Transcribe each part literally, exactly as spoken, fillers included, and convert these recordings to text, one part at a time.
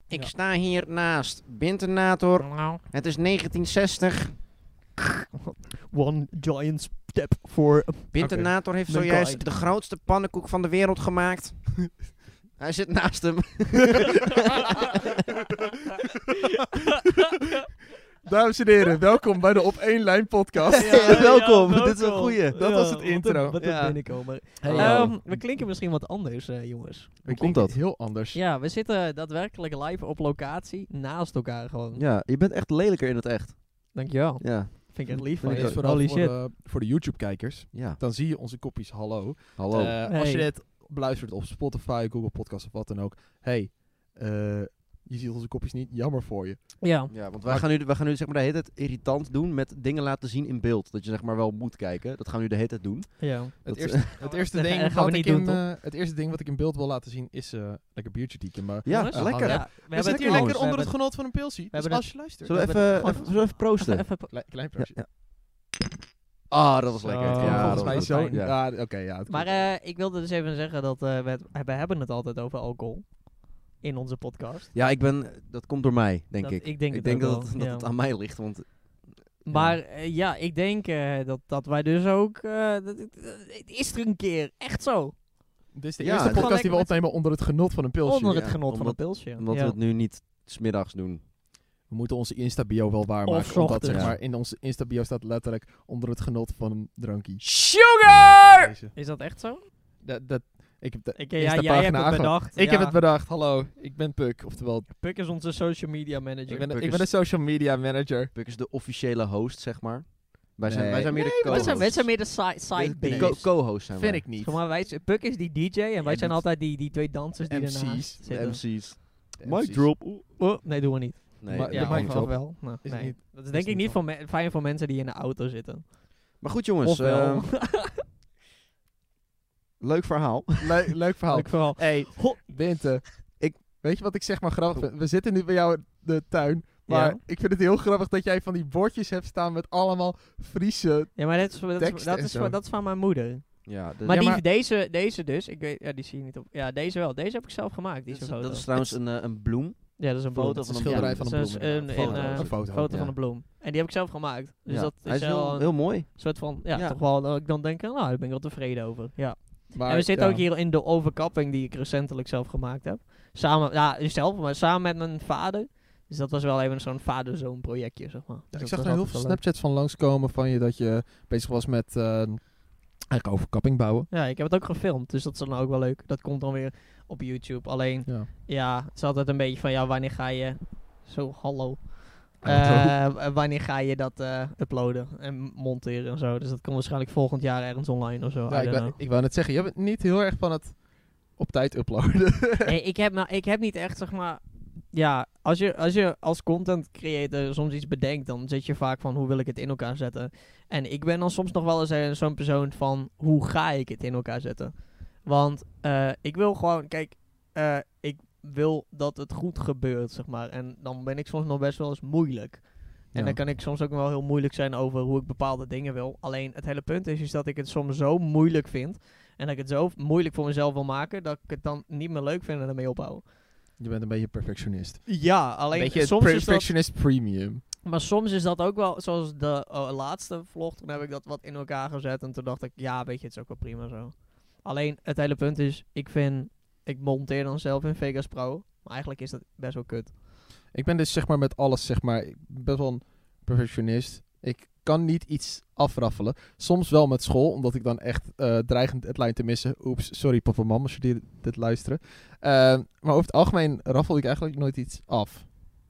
Ik Ja. sta hier naast Bintenator. Het is negentien zestig. One giant step for... Bintenator heeft Mijn zojuist guide. de grootste pannenkoek van de wereld gemaakt. Hij zit naast hem. Dames en heren, welkom bij de Op één Lijn podcast. Ja, welkom. ja, Dit is een goeie. Dat was het intro. Wat een Ja. binnenkomer. Hey, Ehm, yo. we klinken misschien wat anders, eh, jongens. Hoe komt dat? Heel anders. Ja, we zitten daadwerkelijk live op locatie naast elkaar gewoon. Ja, je bent echt lelijker in het echt. Dankjewel. Ja. Vind ik echt lief Vind van ik je. Dus ook. vooral Holy voor shit. de, voor de YouTube-kijkers. Ja. Dan zie je onze kopjes hallo. Hallo. Eh, Als je Hey. dit beluistert op Spotify, Google Podcasts of wat dan ook. Hey, eh, je ziet onze kopjes niet. Jammer voor je. Ja. Ja, want wij gaan nu, wij gaan nu zeg maar de hele tijd irritant doen met dingen laten zien in beeld. Dat je zeg maar wel moet kijken. Dat gaan we nu de hele tijd doen. Ja. Het Dat- eerste, het, eerste dat ding gaan we wat niet ik doen, in, toch? eh, het eerste ding wat ik in beeld wil laten zien is eh lekker biertje dieken. Maar Ja, Jongens? lekker. Ja, hè? we we hebben zitten het hier jongens, lekker we onder het hebben genot van een pilsie. Dus hebben als het- je luistert. Zullen we We even, hebben even, gewoon- zullen we even proosten? Even- even- Klein, klein Ja, proostje. ja. Ah, dat was lekker. Zo, ja, volgens dat mij was zo. fijn. Ja, Ja. oké, ja. het Maar klopt. eh, ik wilde dus even zeggen dat eh, we, het, we hebben het altijd over alcohol. In onze podcast. Ja, ik ben, dat komt door mij, denk Dat- ik. ik denk het denk ook dat, wel, het, dat ja. het aan mij ligt, want Maar eh, ja, ik denk eh, dat, dat wij dus ook... eh, dat, het- het is er een keer. Echt zo. Dit is de ja, eerste het is podcast die we lekker met- opnemen onder het genot van een pilsje. Onder het ja, genot van omdat- een pilsje. omdat ja. we het nu niet 's middags doen. We moeten onze Insta-bio wel waarmaken. Of Omdat ochtends. zeg Ja. maar, in onze Insta-bio staat letterlijk onder het genot van een drankje. Sugar! Deze. Is dat echt zo? Dat, dat, ik heb de Ik, ja, jij hebt Insta-pagina het aange- bedacht. Ik ja. heb het bedacht. Hallo, ik ben Puk. Oftewel, Puk is onze social media manager. ik ben, de, Puk ik is- ben de social media manager. Puk is de officiële host, zeg maar. Wij zijn, Nee. wij zijn meer de Nee, co wij, zijn, wij hosts zijn meer de side, side De bass. co- co-host zijn Vind wij. ik niet. Zeg maar, wij, Puk is die D J en wij Ja, zijn die- altijd die, die twee dansers die M C's. ernaast De zitten. M C's. De Mic M C's. drop. Oeh. Oh, nee, doen we niet. Nee, Maar- dat Ja, de mag mic niet. of drop. wel. Nou, Is nee. niet- Dat is denk is ik niet niet voor me- fijn voor mensen die in de auto zitten. Maar goed jongens, Ofwel. ehm, leuk verhaal. Le- leuk verhaal. Leuk vooral. Hey, Ho- Binte. Ik- Weet je wat ik zeg maar grappig vind? We zitten nu bij jou in de tuin. Maar Ja. ik vind het heel grappig dat jij van die bordjes hebt staan met allemaal Friese... Ja, maar dat is, dat is, Tekst dat en is, zo. van- dat is van mijn moeder. Ja, de- Maar, Ja, die, maar- Deze, deze dus, ik weet, ja, die zie je niet op. Ja, deze wel. Deze heb ik zelf gemaakt. Die dat, is is, een dat foto. is trouwens een, eh, een bloem. Ja, dat is een foto bloem. van een een schilderij bloem. van een Dat bloem. is een, inderdaad. een, Foto, eh, een foto. foto ja. van een bloem. En die heb ik zelf gemaakt. Dus Ja, dat hij is is wel heel, een heel mooi. soort van, ja, Ja. toch wel, dat ik dan denk, nou, daar ben ik wel tevreden over. Ja. Maar, en we zitten ja. ook hier in de overkapping die ik recentelijk zelf gemaakt heb. Samen, ja, zelf, maar samen met mijn vader. Dus dat was wel even zo'n vader-zoon projectje, zeg maar. Ja, Dus ik dat zag was er heel altijd veel wel leuk. Snapchats van langskomen van je dat je bezig was met eh, eigenlijk overkapping bouwen. Ja, ik heb het ook gefilmd, dus dat is dan ook wel leuk. Dat komt dan weer op YouTube. Alleen, Ja. ja, het is altijd een beetje van, ja, wanneer ga je... Zo, hallo. Hallo. Eh, wanneer ga je dat eh, uploaden en monteren en zo. Dus dat komt waarschijnlijk volgend jaar ergens online of zo. Ja, I ik, don't wou, know. ik wou net zeggen, je bent niet heel erg van het op tijd uploaden. Nee, ik heb, nou, ik heb niet echt, zeg maar... Ja, als je, als je als content creator soms iets bedenkt, dan zit je vaak van hoe wil ik het in elkaar zetten. En ik ben dan soms nog wel eens eh, zo'n persoon van hoe ga ik het in elkaar zetten. Want eh, ik wil gewoon, kijk, eh, ik wil dat het goed gebeurt, zeg maar. En dan ben ik soms nog best wel eens moeilijk. En Ja. dan kan ik soms ook wel heel moeilijk zijn over hoe ik bepaalde dingen wil. Alleen het hele punt is, is dat ik het soms zo moeilijk vind. En dat ik het zo moeilijk voor mezelf wil maken, dat ik het dan niet meer leuk vind en ermee ophoud. Je bent een beetje perfectionist. Ja, alleen Beetje soms is dat, perfectionist premium. maar soms is dat ook wel, zoals de uh, laatste vlog, toen heb ik dat wat in elkaar gezet en toen dacht ik, ja, weet je, het is ook wel prima zo. Alleen, het hele punt is, ik vind, ik monteer dan zelf in Vegas Pro, maar eigenlijk is dat best wel kut. Ik ben dus zeg maar met alles, zeg maar, ik ben best wel een perfectionist. Ik kan niet iets afraffelen. Soms wel met school, omdat ik dan echt uh, dreigend het lijn te missen. Oeps, sorry papa en mam als jullie dit, dit luisteren. Uh, maar over het algemeen raffel ik eigenlijk nooit iets af.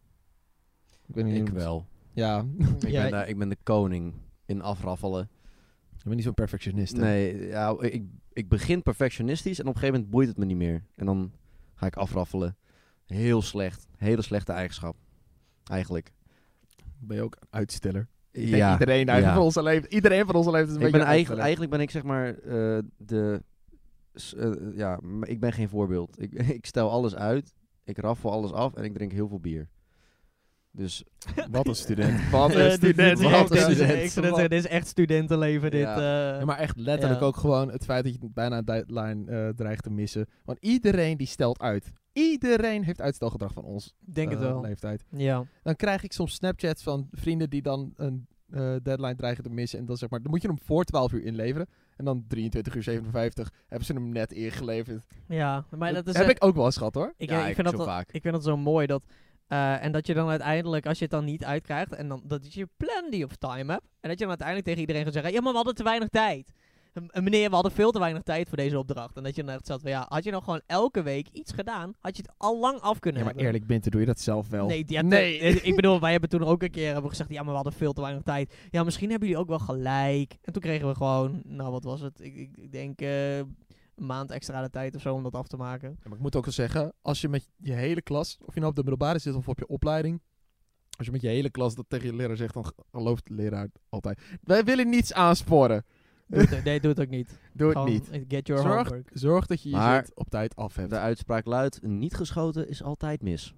Ik, weet niet Ik hoe- wel. Ja, Ik, Ja, ben, daar- ik ben de koning in afraffelen. ik ben niet zo'n perfectionist. hè? Nee, ja, ik, ik begin perfectionistisch en op een gegeven moment boeit het me niet meer. En dan ga ik afraffelen. Heel slecht. Hele slechte eigenschap. Eigenlijk. Ben je ook een uitsteller? Ik denk Ja, iedereen, eigenlijk ja. van onze leeftijd, iedereen van onze leeftijd is een Ik beetje ben een eigenlijk, uitsteller. eigenlijk ben ik zeg maar eh, de... s- eh, ja, m- ik ben geen voorbeeld. Ik, ik stel alles uit. Ik raffel alles af en ik drink heel veel bier. Dus Wat een student. Wat Eh, een dit- student. dit is Wat echt- een student. Ik student. zou net zeggen, dit is echt studentenleven, dit. Ja. eh. Ja, maar echt letterlijk Ja. ook gewoon het feit dat je bijna een deadline eh, dreigt te missen. Want iedereen die stelt uit. iedereen heeft uitstelgedrag van ons Denk het uh, wel. leeftijd. Ja. Dan krijg ik soms Snapchats van vrienden die dan een uh, deadline dreigen te missen. En dan zeg maar, dan moet je hem voor twaalf uur inleveren. En dan drieëntwintig uur zevenenvijftig hebben ze hem net ingeleverd. Ja, maar dat is... heb eh, ik ook wel eens gehad hoor. Ik, Ja, ik, ik vind zo dat, vaak. ik vind dat zo mooi dat... Uh, en dat je dan uiteindelijk, als je het dan niet uitkrijgt... En dan dat je plenty of time hebt... En dat je dan uiteindelijk tegen iedereen gaat zeggen... Ja, maar we hadden te weinig tijd. M- meneer, we hadden veel te weinig tijd voor deze opdracht. En dat je dan echt zat van... Ja, had je nou gewoon elke week iets gedaan... Had je het al lang af kunnen Ja, maar hebben. eerlijk, Binter, doe je dat zelf wel? Nee, ja, te- nee. eh, ik bedoel, wij hebben toen ook een keer hebben we gezegd... Ja, maar we hadden veel te weinig tijd. Ja, misschien hebben jullie ook wel gelijk. En toen kregen we gewoon... Nou, wat was het? Ik, ik, ik denk... Uh, een maand extra de tijd of zo om dat af te maken. Ja, maar ik moet ook wel zeggen, als je met je hele klas, of je nou op de middelbare zit of op je opleiding, als je met je hele klas dat tegen je leraar zegt, dan gelooft de leraar altijd. Wij willen niets aansporen. Doe het, nee, doe het ook niet. Doe het Gewoon, niet. uh, Get your Zorg, homework. zorg dat je je Maar- zit op tijd af hebt. De uitspraak luidt, niet geschoten is altijd mis.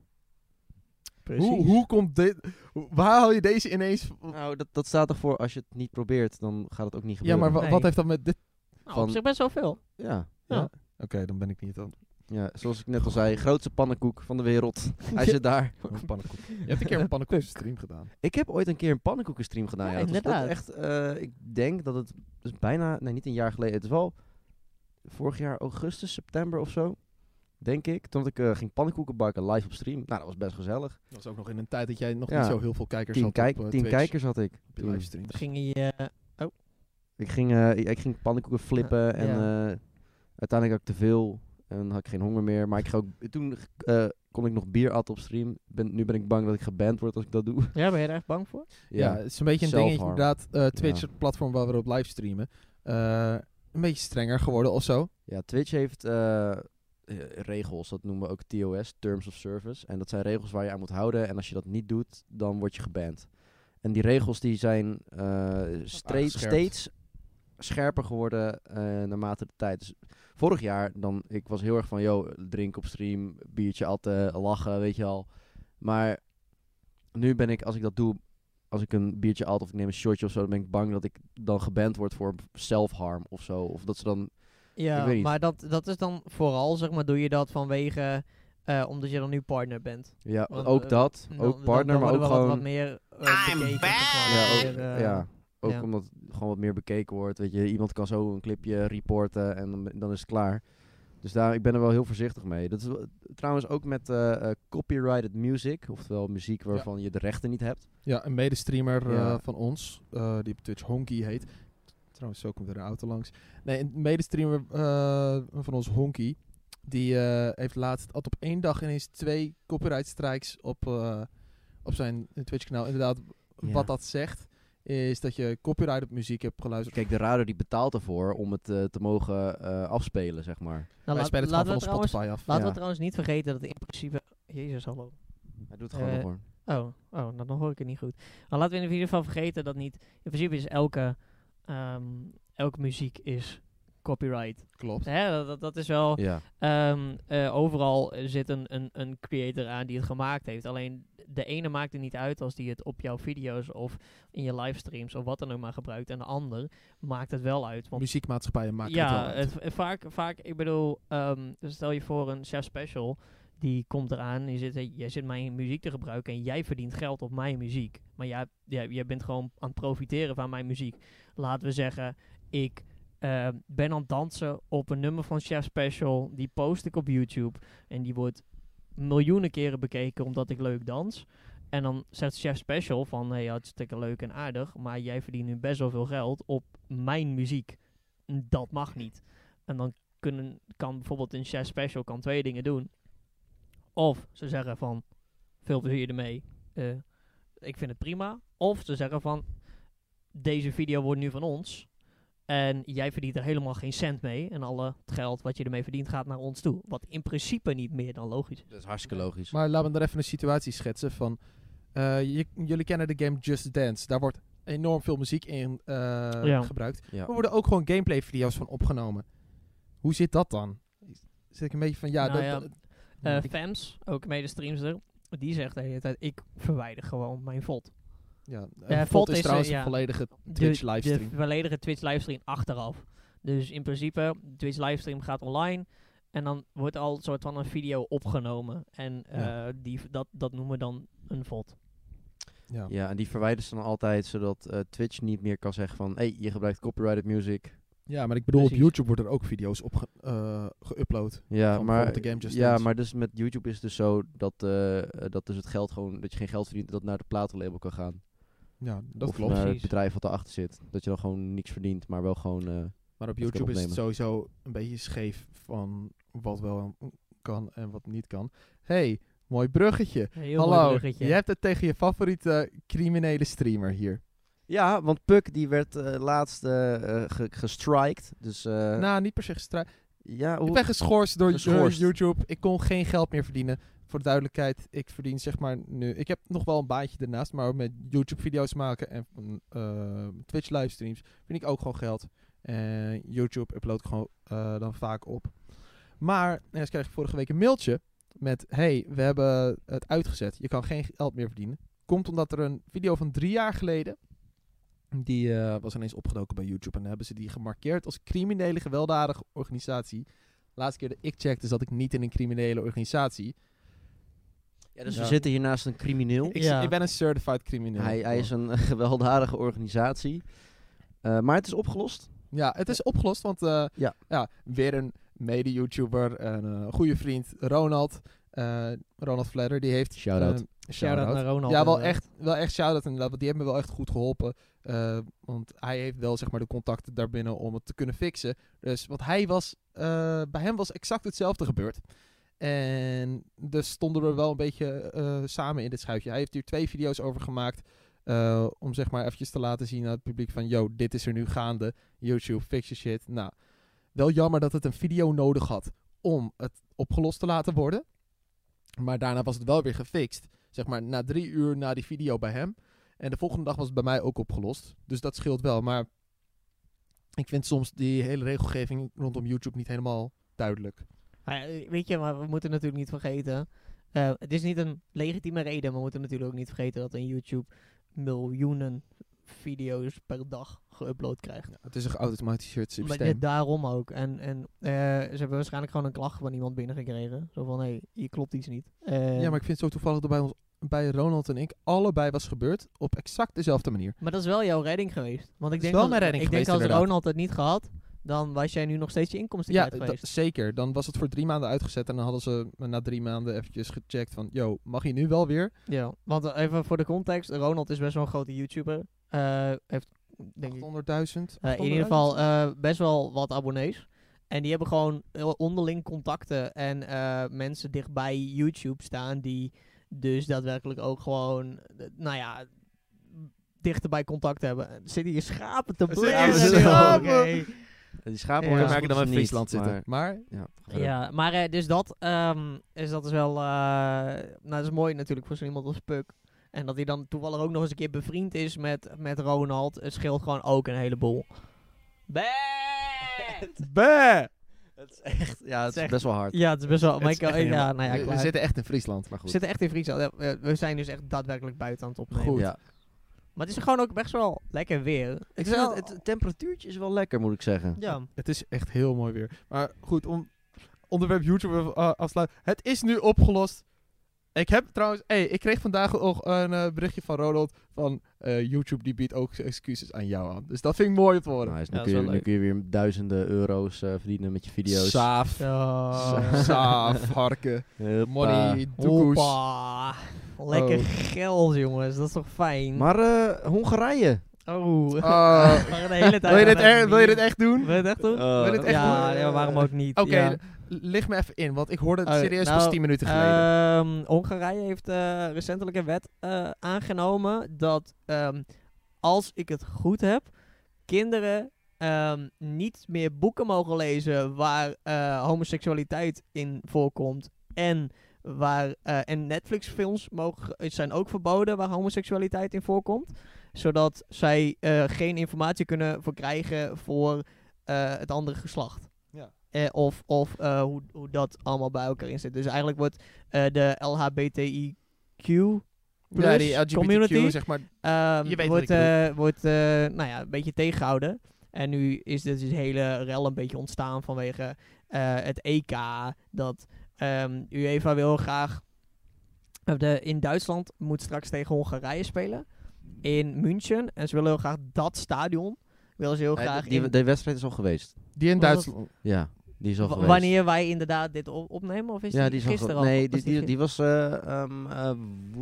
Hoe, hoe komt dit? hoe- Waar haal je deze ineens? v- Nou, dat, dat staat toch voor, als je het niet probeert, dan gaat het ook niet Ja, gebeuren. maar wa- Nee. wat heeft dat met dit? Nou, van- op zich best wel veel. Ja, Ja. Oké, dan ben ik niet dan. ja, zoals ik net al zei, grootste pannenkoek van de wereld. Hij zit daar. Een pannenkoek. Je hebt een keer een pannenkoek stream gedaan. Ik heb ooit een keer een pannenkoekenstream gedaan. Ja, Ja, dat was inderdaad. echt, eh, ik denk dat het dus bijna, nee niet een jaar geleden, het is wel vorig jaar augustus, september of zo, denk ik. Toen ik uh, ging pannenkoeken bakken live op stream. Nou, dat was best gezellig. Dat was ook nog in een tijd dat jij nog Ja. niet zo heel veel kijkers Tien, had kijk, op uh, tien Twitch. kijkers had ik. Op je toen. livestreams. Ging je... Uh, Ik ging, uh, ik, ik ging pannenkoeken flippen Ja, en ja. uh, uiteindelijk had ik te veel en had ik geen honger meer. Maar ik ga ook, toen uh, kon ik nog bier atten op stream. Ben, nu ben ik bang dat ik geband word als ik dat doe. ja, ben je er echt bang voor? Ja, het is een beetje een dingetje Self-harm. inderdaad. Uh, Twitch, het platform waar we op livestreamen, uh, een beetje strenger geworden of zo. Ja, Twitch heeft uh, regels, dat noemen we ook T O S, Terms of Service. En dat zijn regels waar je aan moet houden. En als je dat niet doet, dan word je geband. En die regels die zijn uh, stre- Aangescherpt. steeds scherper geworden uh, naarmate de tijd. Dus vorig jaar, dan, ik was heel erg van, yo, drink op stream, biertje atten, lachen, weet je al. Maar nu ben ik, als ik dat doe, als ik een biertje at of ik neem een shotje of zo, dan ben ik bang dat ik dan geband word voor self-harm of zo. Of dat ze dan... Ik Ja, weet niet. maar dat, dat is dan vooral, zeg maar, doe je dat vanwege... Uh, omdat je dan nu partner bent. Ja, Want, ook uh, dat. Dan- Ook dan- partner, dan maar ook worden we gewoon... Wat, wat meer uh, I'm bekeken. back! zeg maar, Ja, wat ook, meer, uh, ja, ook ja. omdat het gewoon wat meer bekeken wordt. Weet je, iemand kan zo een clipje reporten en dan, dan is het klaar. Dus daar, ik ben er wel heel voorzichtig mee. Dat is wel- trouwens ook met uh, uh, copyrighted music, oftewel muziek waarvan je de rechten niet hebt. Ja, een medestreamer uh, Ja. van ons, uh, die op Twitch Honky heet. Trouwens, zo komt er een auto langs. Nee, een medestreamer uh, van ons Honky, die uh, heeft laatst, had op één dag ineens twee copyright strikes op, uh, op zijn Twitch kanaal. Inderdaad, Ja. wat dat zegt, is dat je copyright op muziek hebt geluisterd. Kijk, de radio die betaalt ervoor om het uh, te mogen uh, afspelen, zeg maar. Nou, Wij laat- spelen het laten gewoon we van ons trouwens, Spotify af. laten Ja. we trouwens niet vergeten dat in principe... Jezus, hallo. Hij doet het gewoon Eh, nog hoor. Oh, oh, nou, dan hoor ik het niet goed. Maar laten we in ieder geval vergeten dat niet... In principe is elke, um, elke muziek is copyright. Klopt. Hè, dat, dat, dat is wel... Ja. Um, uh, overal zit een, een, een creator aan die het gemaakt heeft. Alleen de ene maakt het niet uit als die het op jouw video's of in je livestreams of wat dan ook maar gebruikt. En de ander maakt het wel uit. Want Muziekmaatschappijen maken het ja, wel uit. het, vaak, vaak, ik bedoel, um, stel je voor een chef special, die komt eraan en je zit, hey, jij zit mijn muziek te gebruiken en jij verdient geld op mijn muziek. Maar jij, jij, jij bent gewoon aan het profiteren van mijn muziek. Laten we zeggen, ik uh, ben aan het dansen op een nummer van Chef Special, die post ik op YouTube en die wordt miljoenen keren bekeken omdat ik leuk dans. En dan zegt Chef Special van, hey, hartstikke leuk en aardig, maar jij verdient nu best wel veel geld op mijn muziek. Dat mag niet. En dan kunnen, kan bijvoorbeeld een Chef Special kan twee dingen doen. Of ze zeggen van, veel plezier ermee, uh, ik vind het prima. Of ze zeggen van, deze video wordt nu van ons en jij verdient er helemaal geen cent mee. En alle het geld wat je ermee verdient gaat naar ons toe. Wat in principe niet meer dan logisch is. Dat is hartstikke logisch. Maar laten we er even een situatie schetsen van... Uh, je, jullie kennen de game Just Dance. Daar wordt enorm veel muziek in uh, Ja. gebruikt. Ja. Er worden ook gewoon gameplay video's van opgenomen. Hoe zit dat dan? Zit ik een beetje van... Ja, Nou dat, ja, dat- Uh, ik- Fams, ook medestreamster, die zegt de hele tijd, ik verwijder gewoon mijn V O D. ja, Ja, uh, V O D is is, trouwens uh, een ja, volledige De- Twitch livestream. De volledige Twitch livestream achteraf. Dus in principe, Twitch livestream gaat online. En dan wordt al een soort van een video opgenomen. En uh, Ja. die, dat, dat noemen we dan een V O D. Ja. Ja, en die verwijderen ze dan altijd, zodat uh, Twitch niet meer kan zeggen van... Hé, hey, je gebruikt copyrighted music. ja, maar ik bedoel, Precies. op YouTube worden er ook video's op ge- uh, geüpload. Ja, Van maar, bijvoorbeeld de Game Just ja, Dance. maar dus met YouTube is het dus zo dat, uh, dat dus het geld gewoon... Dat je geen geld verdient, dat naar de platenlabel kan gaan. Ja, dat of klopt. naar het Precies. bedrijf wat erachter zit. Dat je dan gewoon niks verdient, maar wel gewoon... Uh, Maar op kan YouTube is het opnemen. sowieso een beetje scheef van wat wel kan en wat niet kan. Hey, mooi bruggetje. Heel Hallo, mooi bruggetje. je hebt het tegen je favoriete criminele streamer hier. Ja, want Puck die werd uh, laatst uh, uh, ge- gestriked. Dus uh, nou, niet per se gestrui- ja, hoe... Ik ben geschorst door Geschorst. door YouTube. Ik kon geen geld meer verdienen. Voor de duidelijkheid, ik verdien zeg maar nu... Ik heb nog wel een baantje ernaast, maar met YouTube-video's maken en uh, Twitch-livestreams vind ik ook gewoon geld. En YouTube upload ik gewoon uh, dan vaak op. Maar ineens kreeg ik vorige week een mailtje met... Hey, we hebben het uitgezet. Je kan geen geld meer verdienen. Komt omdat er een video van drie jaar geleden... Die uh, was ineens opgedoken bij YouTube. En dan hebben ze die gemarkeerd als criminele gewelddadige organisatie. Laatste keer dat ik checkte zat ik niet in een criminele organisatie. Ja, dus Ja. we zitten hier naast een crimineel. Ik, Ja. ik ben een certified crimineel. Hij, hij is een uh, gewelddadige organisatie. Uh, maar het is opgelost. Ja, het is opgelost, want uh, Ja. Ja, weer een mede-YouTuber, een uh, goede vriend, Ronald. Uh, Ronald Fledder, die heeft... Shout-out. uh, Shout-out naar Ronald. Ja, wel inderdaad. echt, wel echt shout-out inderdaad, want die hebben me wel echt goed geholpen. Uh, want hij heeft wel zeg maar de contacten daarbinnen om het te kunnen fixen. Dus, want hij was, uh, bij hem was exact hetzelfde gebeurd. En dus stonden we wel een beetje uh, samen in dit schuitje. Hij heeft hier twee video's over gemaakt. Uh, om zeg maar eventjes te laten zien aan het publiek van... Yo, dit is er nu gaande. YouTube, fix your shit. Nou, wel jammer dat het een video nodig had om het opgelost te laten worden. Maar daarna was het wel weer gefixt. Zeg maar na drie uur na die video bij hem. En de volgende dag was het bij mij ook opgelost. Dus dat scheelt wel. Maar ik vind soms die hele regelgeving rondom YouTube niet helemaal duidelijk. Maar, uh, weet je, maar we moeten natuurlijk niet vergeten... Uh, het is niet een legitieme reden, maar we moeten natuurlijk ook niet vergeten dat een YouTube miljoenen video's per dag geüpload krijgt. Ja, het is een geautomatiseerd Maar systeem. dit daarom ook. En, en uh, ze hebben waarschijnlijk gewoon een klacht van iemand binnengekregen. Zo van, hé, hey, hier klopt iets niet. Uh, Ja, maar ik vind het zo toevallig dat bij, ons, bij Ronald en ik allebei was gebeurd op exact dezelfde manier. Maar dat is wel jouw redding geweest. Want ik is denk, wel als, mijn redding ik denk geweest, als inderdaad. Ronald het niet gehad, dan was jij nu nog steeds je inkomsten Ja, kwijt da- geweest. zeker. Dan was het voor drie maanden uitgezet en dan hadden ze me na drie maanden eventjes gecheckt van... Yo, mag je nu wel weer? Ja, want uh, even voor de context. Ronald is best wel een grote YouTuber. Uh, heeft, denk ik, achthonderdduizend? uh, in ieder geval uh, best wel wat abonnees. En die hebben gewoon uh, onderling contacten en uh, mensen dichtbij YouTube staan die dus daadwerkelijk ook gewoon, uh, nou ja, dichterbij contact hebben. Er zitten hier schapen te Er blaren. zitten nu ook, schapen! hey. Die schapen Ja. worden We merken dat we in niet, Friesland zitten. maar- Maar Ja, Ja, maar uh, dus dat, um, is dat is wel, uh, nou dat is mooi natuurlijk voor zo iemand als Puck. En dat hij dan toevallig ook nog eens een keer bevriend is met, met Ronald, het scheelt gewoon ook een heleboel. Bad! Bah! Het is echt, ja, het Het is is echt- best wel hard. Ja, het is best wel, Het maar is ik, echt ja, helemaal- nou ja, we, we klaar. zitten echt in Friesland. Maar We goed. zitten echt in Friesland. Ja, we- we zijn dus echt daadwerkelijk buiten aan het opnemen. Goed. Ja. Maar het is gewoon ook best wel lekker weer. Ik Het vind wel- het, het temperatuurtje is wel lekker, moet ik zeggen. Ja. Het is echt heel mooi weer. Maar goed, om onderwerp YouTube even uh, afsluiten. Het is nu opgelost. Ik heb trouwens... Hey, ik kreeg vandaag nog een uh, berichtje van Ronald van uh, YouTube die biedt ook excuses aan jou aan. Dus dat vind ik mooi om te horen. Nou, is, nu, Ja, kun dat je, is wel nu leuk. kun je weer duizenden euro's uh, verdienen met je video's. Saaf. Zo. Saaf, harken, Hoppa. money, doekoes. Hoppa. Lekker Oh. geld, jongens. Dat is toch fijn? Maar uh, Hongarije. Oh. Oh. Maar de hele tijd Wil je, dit aan het er, wil je dit meme. echt doen? Wil je het echt doen? Oh. Wil je dit echt ja, doen? ja, waarom ook niet? Oké, Ja. l- licht me even in, want ik hoorde het Oh, serieus nou, pas tien minuten geleden. Ehm, Hongarije heeft uh, recentelijk een wet uh, aangenomen dat um, als ik het goed heb, kinderen um, niet meer boeken mogen lezen waar uh, homoseksualiteit in voorkomt en waar uh, en Netflix-films mogen zijn ook verboden waar homoseksualiteit in voorkomt, zodat zij uh, geen informatie kunnen verkrijgen voor uh, het andere geslacht. Ja. Eh, of of uh, hoe, hoe dat allemaal bij elkaar in zit. Dus eigenlijk wordt uh, de L H B T I Q Ja, die L G B T Q, community zeg maar. um, Je weet wat wordt, ik bedoel. uh, wordt uh, nou ja, een beetje tegengehouden. En nu is dit dus hele rel een beetje ontstaan vanwege uh, het E K, dat um, UEFA wil graag... Uh, de, in Duitsland moet straks tegen Hongarije spelen. In München. En ze willen heel graag dat stadion. Willen ze heel Nee, graag... die, in, de wedstrijd is al geweest. Die in Was Duitsland. Ja, die is al w- geweest. wanneer wij inderdaad dit op- opnemen? Of is Ja, die die is al gisteren ge- al? Nee, Was die, die, gi- die was uh, um, uh,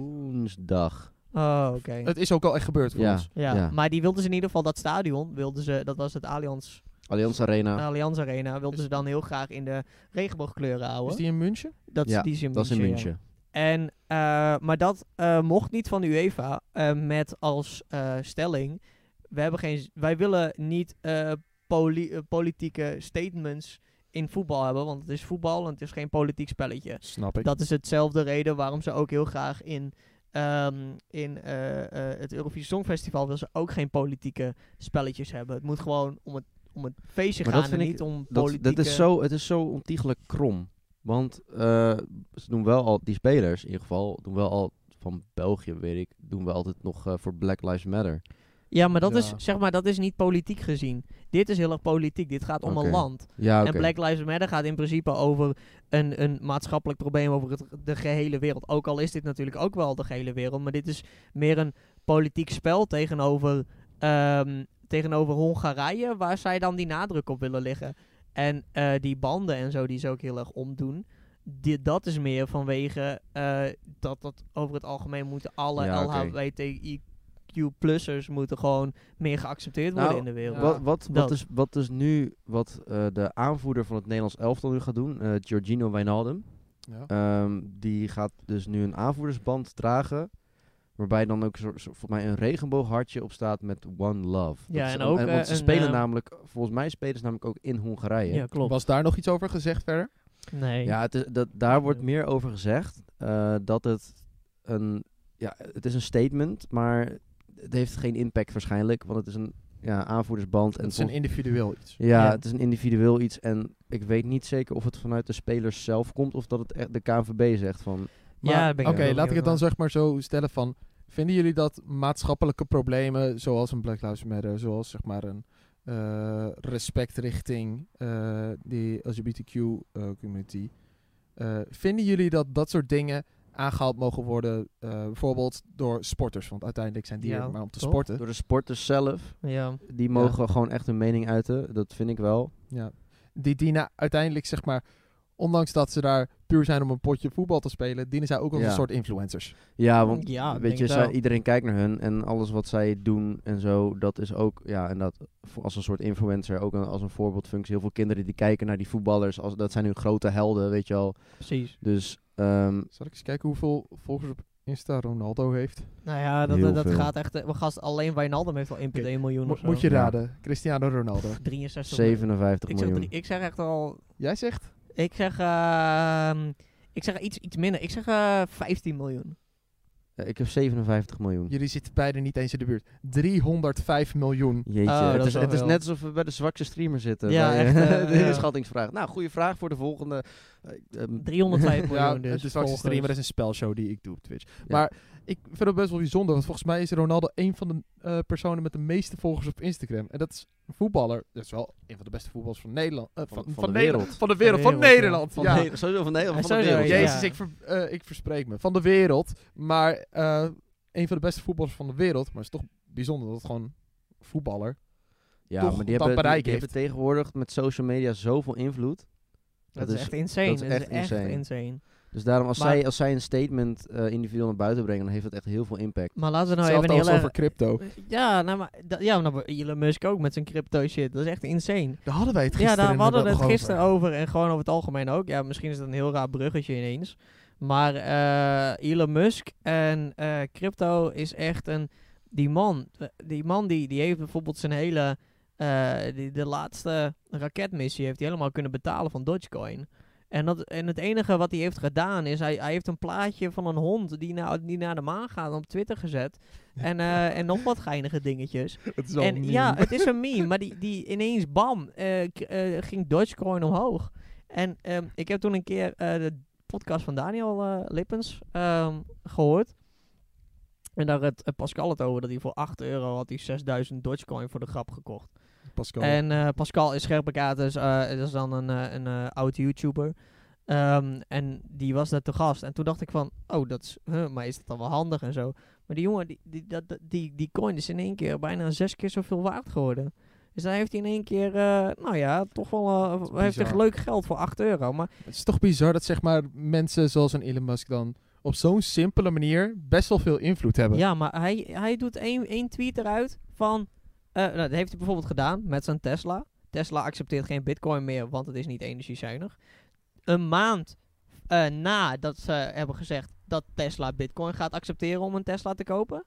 woensdag. Oh, oké. Het is ook al echt gebeurd voor Ja. ons. Ja, Ja. maar die wilden ze in ieder geval, dat stadion, wilden ze, dat was het Allianz, Allianz Arena. Allianz Arena, wilden Is- ze dan heel graag in de regenboogkleuren houden. Is die in München? dat is Ja, die is in dat is in München, ja. München. En, uh, maar dat uh, mocht niet van de UEFA uh, met als uh, stelling, we hebben geen, wij willen niet uh, poli- uh, politieke statements in voetbal hebben, want het is voetbal en het is geen politiek spelletje. Snap ik. Dat is hetzelfde reden waarom ze ook heel graag in, um, in uh, uh, het Eurovisie Songfestival wil ze ook geen politieke spelletjes hebben. Het moet gewoon om het, om het feestje Maar gaan dat en vind niet ik- om Dat, politieke... dat is zo, het is zo ontiegelijk krom. Want uh, ze doen wel al, die spelers in ieder geval, doen wel al van België, weet ik, doen we altijd nog uh, voor Black Lives Matter. Ja, maar dat Ja. is zeg maar dat is niet politiek gezien. Dit is heel erg politiek. Dit gaat om Oké. een land. Ja, oké. En Black Lives Matter gaat in principe over een, een maatschappelijk probleem over het, de gehele wereld. Ook al is dit natuurlijk ook wel de gehele wereld. Maar dit is meer een politiek spel tegenover, um, tegenover Hongarije. Waar zij dan die nadruk op willen leggen. En uh, die banden en zo die ze ook heel erg omdoen. Die, dat is meer vanwege uh, dat dat over het algemeen moeten alle Ja, L oké. H B T I Q-plussers moeten gewoon meer geaccepteerd worden Nou, in de wereld. Ja. Wat, wat, Dat. wat, is, wat is nu, wat uh, de aanvoerder van het Nederlands elftal nu gaat doen, uh, Georgino Wijnaldum, Ja. um, die gaat dus nu een aanvoerdersband dragen, waarbij dan ook zo, zo, voor mij een regenbooghartje op staat met One Love. Ja, Dat is- en ook, want uh, ze een, spelen uh, namelijk, volgens mij spelen ze namelijk ook in Hongarije. Ja, klopt. Was daar nog iets over gezegd verder? Nee. Ja, het is, dat, daar wordt meer over gezegd. uh, dat het een... Ja, het is een statement, maar het heeft geen impact waarschijnlijk. Want het is een ja, aanvoerdersband. En Het is een vol- individueel iets. ja, Ja. het is een individueel iets. En ik weet niet zeker of het vanuit de spelers zelf komt. Of dat het echt de K N V B zegt van... Ja, daar ben ik Oké, ook laat ik het dan heel zeg maar zo stellen van... Vinden jullie dat maatschappelijke problemen, zoals een Black Lives Matter, zoals zeg maar een uh, respect richting uh, die L G B T Q uh, community, uh, vinden jullie dat dat soort dingen aangehaald mogen worden, uh, bijvoorbeeld door sporters? Want uiteindelijk zijn die Ja, er maar om te toch? sporten. Door de sporters zelf. Ja. Die mogen gewoon echt hun mening uiten. Dat vind ik wel. Ja. Die dienen uiteindelijk, zeg maar, ondanks dat ze daar puur zijn om een potje voetbal te spelen, dienen zij ook als Ja. een soort influencers. Ja, want Ja, denk weet je, het zij, wel. iedereen kijkt naar hun. En alles wat zij doen en zo, dat is ook... Ja, en dat voor- als een soort influencer, ook een, als een voorbeeldfunctie. Heel veel kinderen die kijken naar die voetballers. Als, dat zijn hun grote helden, weet je wel. Precies. Dus... Um, Zal ik eens kijken hoeveel volgers op Insta Ronaldo heeft? Nou ja, dat, Heel dat, dat veel. gaat echt... Uh, gast, alleen Wijnaldum heeft al één komma één miljoen Mo- of zo. moet je Ja. raden, Cristiano Ronaldo. drieënzestig miljoen. zevenenvijftig Ik zeg, miljoen. drie- ik zeg echt al... Jij zegt? Ik zeg... Uh, ik zeg iets, iets minder. Ik zeg uh, vijftien miljoen. Ja, ik heb zevenenvijftig miljoen. Jullie zitten beide niet eens in de buurt. driehonderdvijf miljoen. Jeetje, Oh, dat het, is is, wel het is veel. net alsof we bij de zwakste streamer zitten. Ja, bij, echt, eh, eh, de ja. inschattingsvraag. Nou, goede vraag voor de volgende. eh, ehm, driehonderdvijf miljoen Ja, dus. de zwakste volgers. streamer is een spelshow die ik doe op Twitch. Ja. Maar ik vind het best wel bijzonder, want volgens mij is Ronaldo een van de uh, personen met de meeste volgers op Instagram. En dat is een voetballer. Dat is wel een van de beste voetballers van Nederland. Uh, van, Van- van, van de Nederland. wereld. Van de wereld. Van Van, de wereld, Nederland. van ja. de, sowieso van Nederland, van de Sowieso, wereld. ja. Jezus, ik, ver, uh, ik verspreek me. Van de wereld. Maar uh, een van de beste voetballers van de wereld. Maar het is toch bijzonder dat het gewoon voetballer. Ja, toch maar die dat hebben, die, bereik die heeft. hebben tegenwoordig met social media zoveel invloed. Dat, Dat is is- echt insane. dat is Dat echt is echt insane. insane. Dus daarom, als, Maar- zij, als zij een statement uh, individueel naar buiten brengen, dan heeft dat echt heel veel impact. Maar laten we nou Hetzelfde even als heel over erg... crypto. Ja, nou, maar, da- ja, nou, Elon Musk ook met zijn crypto shit. Dat is echt insane. Daar hadden wij het Ja, gisteren daar, we hadden het nog gisteren over. En gewoon over het algemeen ook. Ja, misschien is het een heel raar bruggetje ineens. Maar eh, Elon Musk en eh, crypto is echt een... Die man, eh, die man die, die heeft bijvoorbeeld zijn hele... eh, die, de laatste raketmissie heeft hij helemaal kunnen betalen van Dogecoin. En, dat, en het enige wat hij heeft gedaan is... Hij, hij heeft een plaatje van een hond die, na, die naar de maan gaat op Twitter gezet. En, eh, en nog wat geinige dingetjes. Het is wel En een meme. ja, het is een meme, maar die, die ineens, bam, eh, k- eh, ging Dogecoin omhoog. En ehm, ik heb toen een keer eh, de podcast van Daniel eh, Lippens ehm, gehoord. En daar had eh, Pascal het over dat hij voor acht euro had hij zesduizend Dogecoin voor de grap gekocht. Pascal. En uh, Pascal is scherpe kaart, dus uh, dat is dan een, uh, een uh, oud YouTuber. Um, en die was daar te gast. En toen dacht ik van, oh, dat is, huh, maar is dat dan wel handig en zo. Maar die jongen, die, die, dat, die, die coin is in één keer bijna zes keer zoveel waard geworden. Dus daar heeft hij in één keer, uh, nou ja, toch wel, uh, heeft hij leuk geld voor acht euro. Maar het is toch bizar dat zeg maar mensen zoals een Elon Musk dan op zo'n simpele manier best wel veel invloed hebben. Ja, maar hij, hij doet één, één tweet eruit van, uh, nou, dat heeft hij bijvoorbeeld gedaan met zijn Tesla. Tesla accepteert geen bitcoin meer, want het is niet energiezuinig. Een maand uh, nadat ze hebben gezegd dat Tesla bitcoin gaat accepteren om een Tesla te kopen,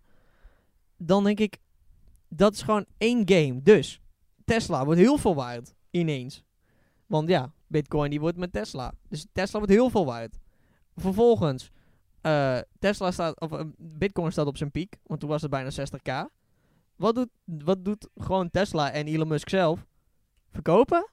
dan denk ik, dat is gewoon één game. Dus Tesla wordt heel veel waard ineens. Want ja, bitcoin die wordt met Tesla. Dus Tesla wordt heel veel waard. Vervolgens, uh, Tesla staat, of, uh, bitcoin staat op zijn piek, want toen was het bijna zestig k. Wat doet, wat doet gewoon Tesla en Elon Musk zelf? Verkopen?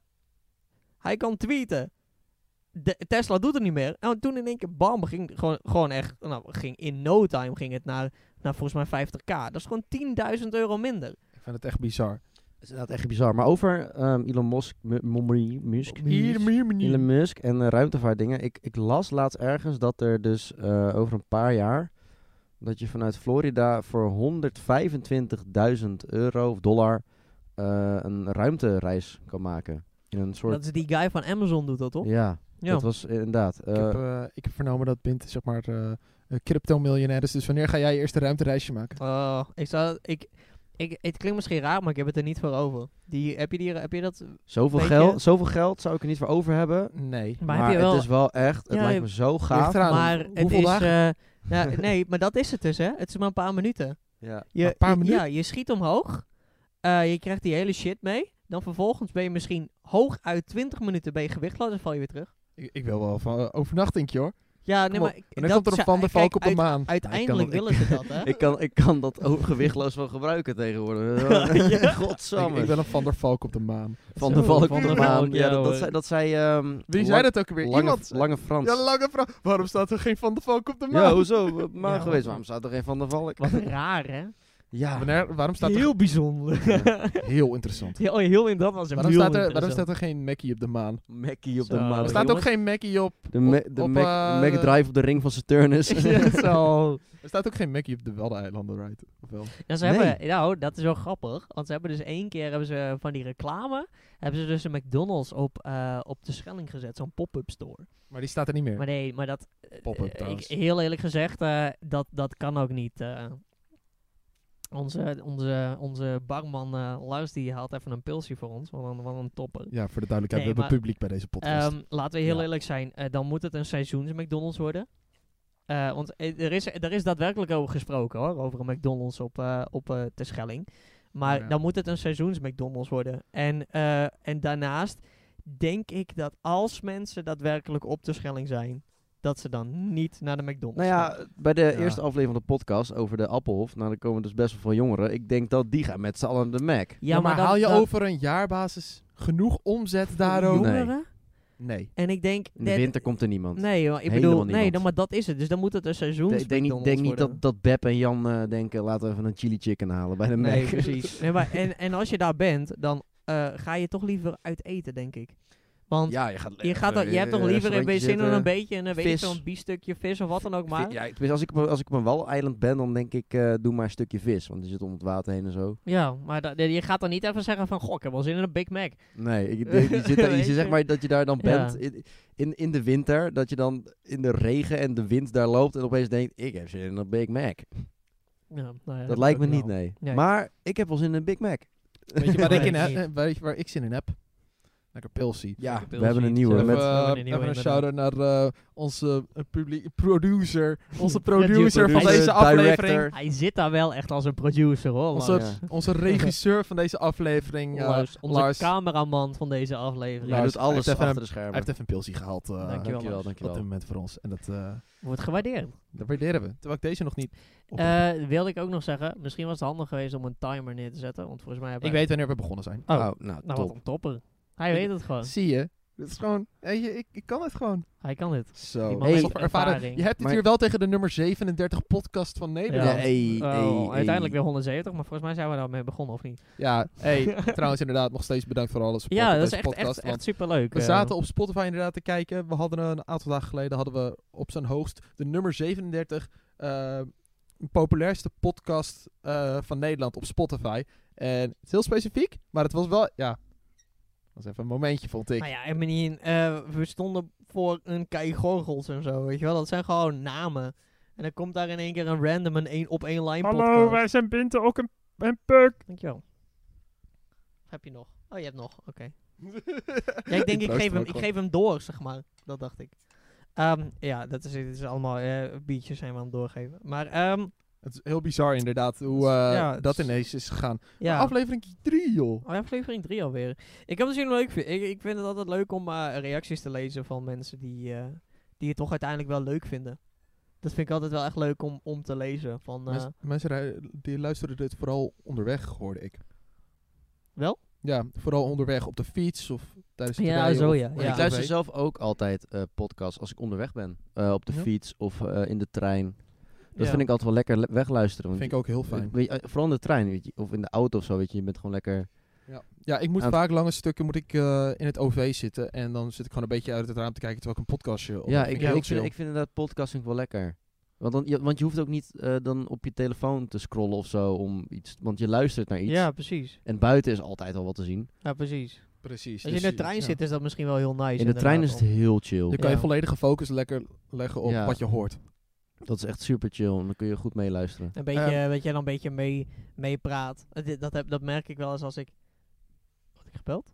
Hij kan tweeten. De, Tesla doet het niet meer. En toen in één keer, bam, ging gewoon, gewoon echt, nou, ging in no time ging het naar, naar volgens mij vijftig k. Dat is gewoon tienduizend euro minder. Ik vind het echt bizar. Dat is inderdaad echt bizar. Maar over um, Elon Musk, M- M- Musk, Elon Elon Musk en uh, ruimtevaartdingen. Ik, ik las laatst ergens dat er dus uh, over een paar jaar, dat je vanuit Florida voor honderdvijfentwintigduizend euro of dollar uh, een ruimtereis kan maken. In een soort... Dat is die guy van Amazon doet dat, toch? Ja, Ja. dat was inderdaad. Uh, Ik heb, uh, ik heb vernomen dat Bint, zeg maar, uh, crypto-miljonair is. Dus wanneer ga jij je eerste ruimtereisje maken? Oh, ik zou, ik, ik, het klinkt misschien raar, maar ik heb het er niet voor over. Die, heb, je die, heb je dat? zoveel, beetje- geld, zoveel geld zou ik er niet voor over hebben. Nee. Maar, Maar, heb je wel, het is wel echt, het Ja, lijkt je- me zo Ligt gaaf. eraan. maar het Hoeveel is, dagen? uh, ja, nee, maar dat is het dus, hè? Het is maar een paar minuten. Ja. Je, Een paar je- minuten? Ja, je schiet omhoog. Uh, je krijgt die hele shit mee. Dan vervolgens ben je misschien hooguit twintig minuten ben je gewichtloos en val je weer terug. Ik, ik wil wel van uh, overnachting, hoor. Ja, nee, Kom maar... op. ik- En dan dat komt er een zou- Van der kijk, Valk op de uit- maan. Uiteindelijk Ik kan willen ze dat, hè? Ik kan, ik kan dat ook gewichtloos wel gebruiken tegenwoordig. Ja. Ik, Godsamme. ik ben een Van der Valk op de maan. Van Zo, de Valk Van op der de maan. Valk, Ja, ja, dat, dat hoor. zei, dat zei um, Wie lang- zei dat ook weer? Lange, Iemand. lange Frans. Ja, lange vrouw. Waarom staat er geen Van der Valk op de maan? Ja, hoezo? Maar Ja, geweest. wat- Waarom staat er geen Van der Valk? Wat raar, hè? Ja. Wanneer, waarom staat er... Heel bijzonder. Heel interessant. Ja, oh, heel in dat was een Waarom heel staat, er, waarom interessant. staat er geen Mackie op de maan? Mackie op de Zo. maan. Er Oh, staat ook jongens. geen Mackie op... De, me, op- de op, Mac, eh, Mega Drive op de ring van Saturnus. Ja, zo. Er staat ook geen Mackie op de Waddeneilanden, right? Of wel? Ja, ze Nee. hebben, nou, dat is wel grappig. Want ze hebben dus één keer hebben ze van die reclame. Hebben ze dus een McDonald's op, uh, op de Schelling gezet. Zo'n pop-up store. Maar die staat er niet meer. Maar nee, maar dat... uh, Pop-up uh, ik, trouwens. heel eerlijk gezegd, uh, dat, dat kan ook niet. Uh, onze, onze, onze barman uh, Lars die haalt even een pilsje voor ons. Wat een, wat een topper. Ja, voor de duidelijkheid, Nee, we hebben maar- publiek bij deze podcast. Um, laten we heel Ja. eerlijk zijn. Uh, dan moet het een seizoens McDonald's worden. Uh, want uh, er, is, er is daadwerkelijk over gesproken hoor. Over een McDonald's op, uh, op uh, Terschelling. Maar Ja. dan moet het een seizoens McDonald's worden. En, uh, en daarnaast denk ik dat als mensen daadwerkelijk op Terschelling zijn, dat ze dan niet naar de McDonald's Nou gaan. ja, bij de Ja. eerste aflevering van de podcast over de Appelhof, nou, dan komen dus best wel veel jongeren. Ik denk dat die gaan met z'n allen de Mac. ja, maar dat- haal je dat- over een jaarbasis genoeg omzet daarover? Nee. jongeren? Nee. En ik denk... In de dat- winter komt er niemand. Nee, joh, ik Helemaal bedoel, nee, niemand. dan, maar dat is het. Dus dan moet het een seizoens ik denk niet, McDonald's denk niet worden. dat, dat Beb en Jan uh, denken, laten we even een chili chicken halen bij de Nee, Mac. precies. Nee, maar en, en als je daar bent, dan uh, ga je toch liever uit eten, denk ik. Want Ja, je gaat je, gaat toch, je hebt toch liever een beetje zin in een beetje een, weet ik vis. veel, een biefstukje vis of wat dan ook maar. Ja, tenminste, als ik, op een- als ik op een waleiland ben, dan denk ik, uh, doe maar een stukje vis. Want die zit om het water heen en zo. Ja, maar da- je gaat dan niet even zeggen van, goh, ik heb wel zin in een Big Mac. Nee, ik, je, je zit daar, je Weet zit zeg je? maar dat je daar dan Ja. bent in, in, in de winter. Dat je dan in de regen en de wind daar loopt en opeens denkt, ik heb zin in een Big Mac. Ja, nou ja, Dat lijkt me ook niet, wel. nee. Nee. Maar ik heb wel zin in een Big Mac. Weet je waar, ik, in Nee, he- niet. eh, weet je waar ik zin in heb? Lekker pilsie. Ja, Lekker we pilsie. hebben een nieuwe. Zo. Met, Even, we hebben eh, een nieuwe, even een inderdaad. shout-out naar eh, onze uh, publiek, producer. Onze Producer, producer van producer, deze aflevering. director. Hij zit daar wel echt als een producer, hoor. Onze, Lars. Ja. onze regisseur van deze aflevering. eh, Lars, onze Lars. cameraman van deze aflevering. Hij Lars, doet alles hij heeft even achter de Hij schermen. heeft even een pilsie gehaald. eh, Dankjewel, Dankjewel, Lars. dankjewel. Op dit moment voor ons. En dat, eh, Wordt gewaardeerd. dat waarderen we. Terwijl ik deze nog niet... op Eh wilde ik ook nog zeggen, misschien was het handig geweest om een timer neer te zetten. Want volgens mij hebben ik weet wanneer we begonnen zijn. Oh, Oh, nou, nou, top. wat een topper. Hij weet het gewoon. Zie je? Het is gewoon, weet je, ik, ik kan het gewoon. Hij kan dit. Zo, Die man heeft alsof ervaren. ervaring. Je hebt dit Maar- hier wel tegen de nummer zevenendertig podcast van Nederland. Ja, Ja, hey, Oh, hey, hey. uiteindelijk weer honderdzeventig, maar volgens mij zijn we daarmee begonnen, of niet? hey, trouwens inderdaad, nog steeds bedankt voor alles support Ja, op dat is deze echt, podcast. echt, want echt superleuk. we eh. zaten op Spotify inderdaad te kijken. We hadden een aantal dagen geleden hadden we op zijn hoogst de nummer zevenendertig eh, populairste podcast eh, van Nederland op Spotify. En het is heel specifiek, maar het was wel, ja, dat was even een momentje, vond ik. Nou ja, en meneer, eh, we stonden voor een Kai Gorgels en zo, weet je wel. Dat zijn gewoon namen. En dan komt daar in één keer een random een één op één line podcast. Hallo, wij zijn Binte, ook een, een puk. Dankjewel. Heb je nog? Oh, je hebt nog. Oké. Ja, ik denk, ik, geef hem, ik geef hem door, zeg maar. Dat dacht ik. Ehm, ja, dat is, dit is allemaal eh biertjes zijn we aan het doorgeven. Maar, ehm, Het is heel bizar inderdaad hoe eh, Ja, het dat is- ineens is gegaan. ja. Maar aflevering drie, joh. Oh, aflevering drie alweer. Ik heb het misschien leuk vind. Ik, ik vind het altijd leuk om eh, reacties te lezen van mensen die, eh, die het toch uiteindelijk wel leuk vinden. Dat vind ik altijd wel echt leuk om, om te lezen. Van, eh, Mens- mensen rij- die luisteren dit vooral onderweg, hoorde ik. Wel? Ja, vooral onderweg op de fiets of tijdens het Ja, rijden zo of- ja. of Ja. Ik luister tv. zelf ook altijd eh, podcasts als ik onderweg ben. Eh, op de Ja. fiets of eh, in de trein. Dat Ja. vind ik altijd wel lekker le- wegluisteren. Want Vind ik ook heel fijn. je- weet je, eh, vooral in de trein weet je, of in de auto of zo. Weet je, je bent gewoon lekker... Ja, ja ik moet Aan- vaak lange stukken moet ik, eh, in het O V zitten. En dan zit ik gewoon een beetje uit het raam te kijken terwijl ik een podcastje op. Ja, vind ik, heel ik, vind, chill. ik vind inderdaad podcasting wel lekker. Want, dan, je, want je hoeft ook niet eh, dan op je telefoon te scrollen of zo. Om iets, want je luistert naar iets. Ja, precies. En buiten is altijd al wat te zien. Ja, precies. Precies. Als je dus in de trein ja. zit, is dat misschien wel heel nice. In de trein is het inderdaad heel chill. Je kan je Ja. volledige focus lekker leggen op Ja. wat je hoort. Dat is echt super chill. En dan kun je goed meeluisteren. Een beetje, Ehm. weet je, dan een beetje mee, mee praat. Dat, dat, heb, dat merk ik wel eens als ik... Word ik gebeld?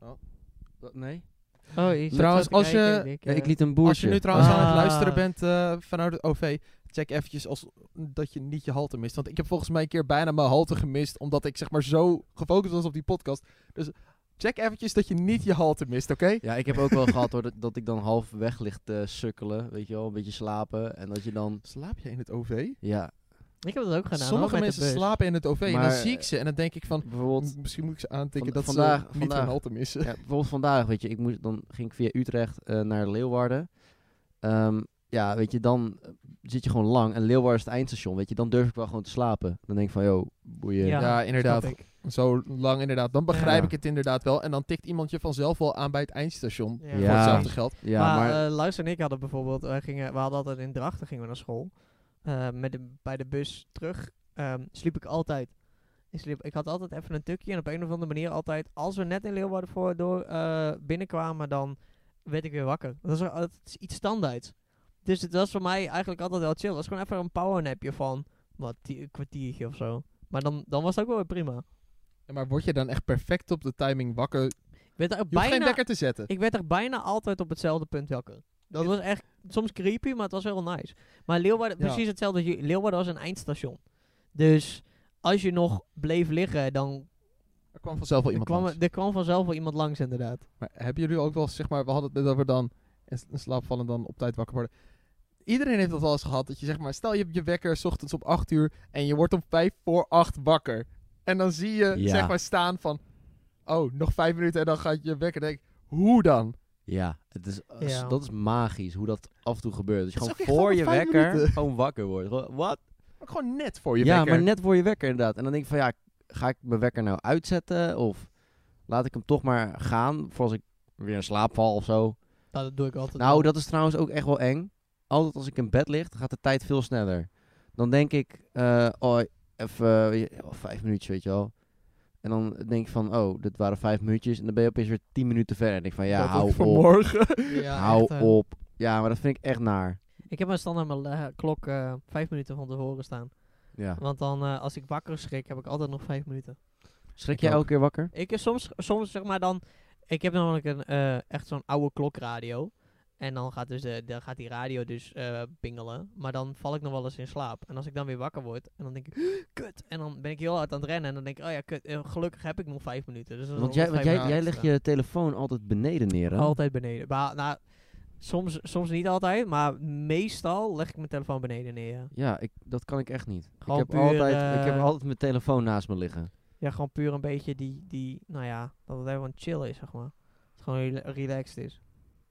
Nee? Oh, je zit Trouwens, zo te als je- kijken, ik, Ja, eh, ik liet een boertje. Als je nu trouwens aan het Ah. luisteren bent eh, vanuit het O V, check eventjes als, dat je niet je halte mist. Want ik heb volgens mij een keer bijna mijn halte gemist, omdat ik zeg maar zo gefocust was op die podcast. Dus check eventjes dat je niet je halte mist, oké? Ja, ik heb ook wel gehad hoor, dat, dat ik dan halverwege ligt te sukkelen. Weet je wel, een beetje slapen. En dat je dan... Slaap je in het O V? Ja, Ik heb dat ook gedaan. hoor, Sommige met de mensen bus. slapen in het O V en dan Maar, zie ik ze en dan denk ik van, bijvoorbeeld... m- misschien moet ik ze aantikken Van- dat vandaag- ze niet vandaag- hun halte missen. Ja, bijvoorbeeld vandaag, weet je, ik moest, dan ging ik via Utrecht eh, naar Leeuwarden. Ehm, ja, weet je, dan eh, zit je gewoon lang. En Leeuwarden is het eindstation, weet je. Dan durf ik wel gewoon te slapen. Dan denk ik van, yo, boeien. Ja, Ja, inderdaad. snap ik. Zo lang inderdaad. Dan begrijp Ja. ik het inderdaad wel. En dan tikt iemand je vanzelf wel aan bij het eindstation. Ja. Voor Ja. hetzelfde geld. Ja, maar maar... eh, luister en ik hadden bijvoorbeeld, wij gingen, we hadden altijd in Drachten gingen we naar school. Eh, met de, bij de bus terug ehm, sliep ik altijd. Ik, sliep, ik had altijd even een tukje en op een of andere manier altijd, als we net in Leeuwarden voor door eh, binnenkwamen, dan werd ik weer wakker. Dat is, wel- dat is iets standaards. Dus het was voor mij eigenlijk altijd wel chill. Het was gewoon even een powernapje van, wat, die- een kwartiertje of zo. Maar dan, dan was het ook wel weer prima. Ja, maar word je dan echt perfect op de timing wakker? Je Ik werd er hoeft bijna, geen wekker te zetten. Ik werd er bijna altijd op hetzelfde punt wakker. Dat was echt soms creepy, maar het was wel nice. Maar Leeuwarden, Ja. precies hetzelfde. als je- Leeuwarden was een eindstation. Dus als je nog bleef liggen, dan Er kwam vanzelf wel er iemand kwam, langs. er er kwam vanzelf wel iemand langs inderdaad. Maar hebben jullie ook wel, zeg maar, we hadden het net over dan in, s- in slaap vallen dan op tijd wakker worden. Iedereen heeft dat wel eens gehad, dat je zeg maar, stel je hebt je wekker 's ochtends op acht uur en je wordt om vijf voor acht wakker. En dan zie je, Ja. zeg maar, staan van, oh, nog vijf minuten en dan gaat je wekker. Denk ik, hoe dan? Ja, het is, eh, Ja. dat is magisch, hoe dat af en toe gebeurt. Dat je Dat is gewoon ook echt voor gewoon je vijf wekker minuten. gewoon wakker wordt. Gewoon, Wat? Ook gewoon net voor je Ja, wekker. maar net voor je wekker inderdaad. En dan denk ik van, ja, ga ik mijn wekker nou uitzetten? Of laat ik hem toch maar gaan, voor als ik weer in slaap val of zo? Nou, dat doe ik altijd Nou, wel. dat is trouwens ook echt wel eng. Altijd als ik in bed lig, gaat de tijd veel sneller. Dan denk ik, eh, oh, even weet je, oh, vijf minuutjes, weet je wel. En dan denk ik van, oh, dit waren vijf minuutjes. En dan ben je opeens weer tien minuten verder. En denk ik van, ja, Dat hou ook op. vanmorgen. Ja, hou echt, eh. op. Ja, maar dat vind ik echt naar. Ik heb mijn standaard mijn eh, klok eh, vijf minuten van tevoren staan. Ja. Want dan, eh, als ik wakker schrik, heb ik altijd nog vijf minuten. Schrik Ik jij ook. elke keer wakker? Ik is soms, soms zeg maar dan... Ik heb namelijk een, eh, echt zo'n oude klokradio. En dan gaat, dus de, dan gaat die radio dus eh, pingelen. Maar dan val ik nog wel eens in slaap. En als ik dan weer wakker word, en dan denk ik, kut. En dan ben ik heel hard aan het rennen. En dan denk ik, oh ja, kut. eh, gelukkig heb ik nog vijf minuten. Dus dat is Want nog jij, want vijf jij, minuten jij legt extra. je telefoon altijd beneden neer, hè? Altijd beneden. Maar, nou, soms, soms niet altijd. Maar meestal leg ik mijn telefoon beneden neer. Ja, Ja, ik, dat kan ik echt niet. Gewoon ik, heb puur, altijd, ik heb eh, altijd mijn telefoon naast me liggen. ja gewoon puur een beetje die, die, nou ja, dat het even chill is, zeg maar. Dat het gewoon rela- relaxed is.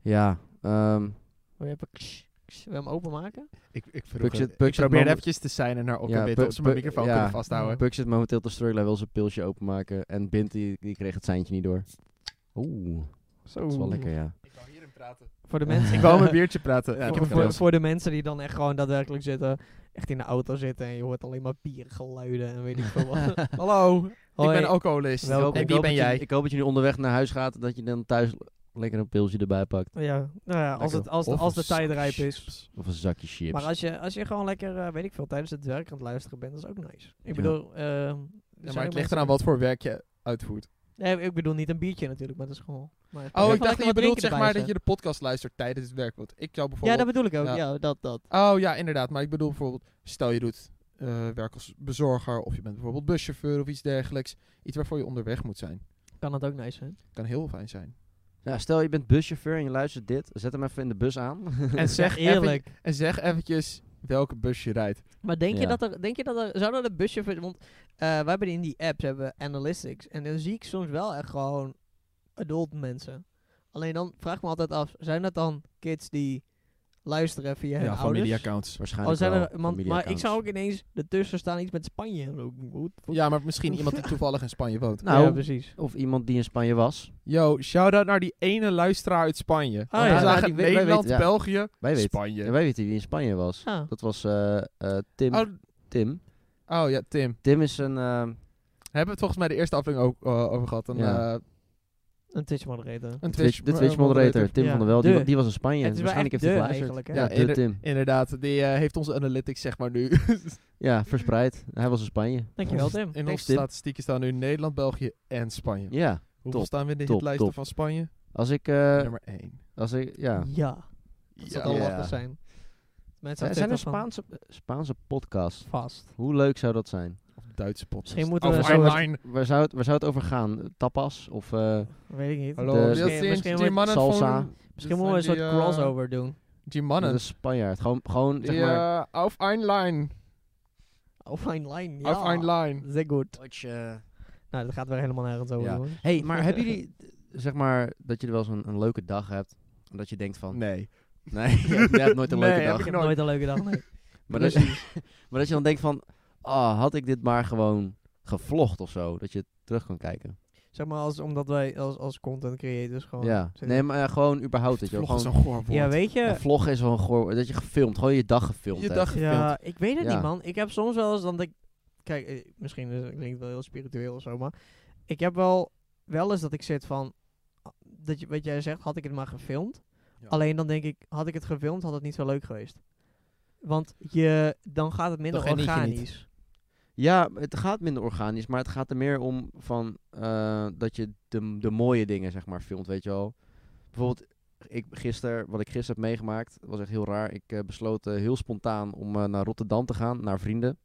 Ja, ehm Wil je even... ksh, ksh, wil je hem openmaken? Ik, ik, vroeg Puk zit- het- Puk ik zit probeerde momen- eventjes te zijn en naar elkaar Ja, weten Puk- of ze mijn Puk- microfoon ja. kunnen vasthouden. Puk zit momenteel te struggelen, hij wil zijn pilsje openmaken. En Bint die, die kreeg het seintje niet door. Oeh, Zo. dat is wel lekker, ja. Ik wou hierin praten. Voor de mensen... Ik wou mijn biertje praten. Ja, ik voor, heb voor, het voor de mensen die dan echt gewoon daadwerkelijk zitten, echt in de auto zitten en je hoort alleen maar biergeluiden en weet ik veel wat. Hallo, Hoi. ik ben alcoholist. Welkom. En ik wie hoop ben dat je- jij? ik hoop dat je nu onderweg naar huis gaat, dat je dan thuis lekker een pilsje erbij pakt. Ja, nou ja, als, Lekker. het, als, de, Of als de een tijd zak rijp chips. is. Of een zakje chips. Maar als je, als je gewoon lekker, eh, weet ik veel, tijdens het werk aan het luisteren bent, dat is ook nice. Ik Ja. bedoel, eh, Ja, zijn maar het er ligt eraan mensen- wat voor werk je uitvoert. Nee, ik bedoel niet een biertje natuurlijk, maar dat is gewoon... Maar Oh, gewoon ik lekker dacht dat je wat bedoelt drinken zeg erbij maar dat je zetten. de podcast luistert tijdens het werk. Want ik zou Ja, bijvoorbeeld... dat bedoel ik ook. Ja. Ja, dat, dat. Oh ja, inderdaad. Maar ik bedoel bijvoorbeeld, stel je doet eh, werk als bezorger of je bent bijvoorbeeld buschauffeur of iets dergelijks. Iets waarvoor je onderweg moet zijn. Kan dat ook nice zijn. Kan heel fijn zijn. Ja, stel je bent buschauffeur en je luistert dit, zet hem even in de bus aan. En zeg, Ja, eerlijk. even, en zeg eventjes welke bus je rijdt. Maar denk je Ja. dat er, denk je dat er, zou dat een busje, want eh we hebben in die apps hebben we analytics en dan zie ik soms wel echt gewoon adult mensen. Alleen dan vraag ik me altijd af, zijn dat dan kids die luisteren via hun Ja, ouders? familieaccounts. Oh, Waarschijnlijk zijn wel. er, man, maar ik familieaccounts. zou ook ineens ertussen staan iets met Spanje. en ook, what the fuck? Ja, maar misschien iemand die toevallig in Spanje woont. Nou, ja, precies. of iemand die in Spanje was. Yo, shout-out naar die ene luisteraar uit Spanje. Oh, Want ja. we zagen Ja, die weet- wij Nederland, weten, ja. België, Wij weten, Spanje. ja, wij weten wie in Spanje was. Ah. Dat was eh, eh, Tim. Oh, Tim. oh ja, Tim. Tim is een... eh, Hebben we het volgens mij de eerste aflevering ook uh, over gehad. Een, Ja. eh, Een Twitch moderator. een Twitch, de eh, Twitch moderator, Tim Ja, van der Wel. Die, de. wa- die was in Spanje. Het is wel Waarschijnlijk echt heeft hij de geluisterd. eigenlijk, hè? Ja, Ja, de inder- Tim. Inderdaad, die eh, heeft onze analytics zeg maar nu. Ja, verspreid. Hij was in Spanje. Dankjewel Tim. In Thanks, onze Tim. statistieken staan nu Nederland, België en Spanje. Ja. Hoeveel top, staan we in de top, hitlijsten top. van Spanje? Als ik... eh, Nummer één. als ik ja. Ja. Dat zou al Ja. lachen zijn. Mensen Er op zijn er Twitter van, Spaanse, Spaanse podcasts. vast. Hoe leuk zou dat zijn? Of Duitse podcast. Misschien moeten we Of zo wat- online. Waar zou het, waar zou het over gaan? Tapas? Of eh, Weet ik niet. Hallo, De- wil misschien, je misschien, die moet- mannen salsa. van- misschien dit moeten we een zijn soort die, eh, crossover doen. Die de mannen. Spanjaard. Gewoon, gewoon Die, zeg maar... eh, auf online. Of online, ja. Auf online. Zeer goed. Wat je- Nou, dat gaat weer helemaal nergens over. Ja. hoor. Hey, maar hebben jullie, zeg maar, dat je er wel eens een, een leuke dag hebt? En dat je denkt van... Nee. Nee, je hebt nooit een Nee, leuke heb dag. Ik ik heb nooit. nooit een leuke dag, nee. Maar dat, maar dat je dan denkt van... Oh, had ik dit maar gewoon gevlogd of zo? Dat je het terug kan kijken. Zeg maar, als, omdat wij als, als content creators gewoon... ja. zitten- Nee, maar ja, gewoon überhaupt. Dat je wel Vlog is gewoon... een goor woord. Ja, weet je... Ja, vloggen is wel een goor... Dat je gefilmd, gewoon je dag gefilmd Je hebt. dag gefilmd. Ja, ik weet het Ja. niet, man. Ik heb soms wel eens dan denk kijk, eh, misschien is- klinkt het wel heel spiritueel of zo, maar ik heb wel wel eens dat ik zit van ah, dat je wat jij zegt, had ik het maar gefilmd. Ja. Alleen dan denk ik, had ik het gefilmd, had het niet zo leuk geweest. Want je dan gaat het minder Dan geniet je niet. organisch. Ja, het gaat minder organisch, maar het gaat er meer om van eh, dat je de, de mooie dingen zeg maar filmt, weet je wel. Bijvoorbeeld, ik gisteren, wat ik gisteren heb meegemaakt, was echt heel raar. Ik eh, besloot eh, heel spontaan om eh, naar Rotterdam te gaan, naar vrienden.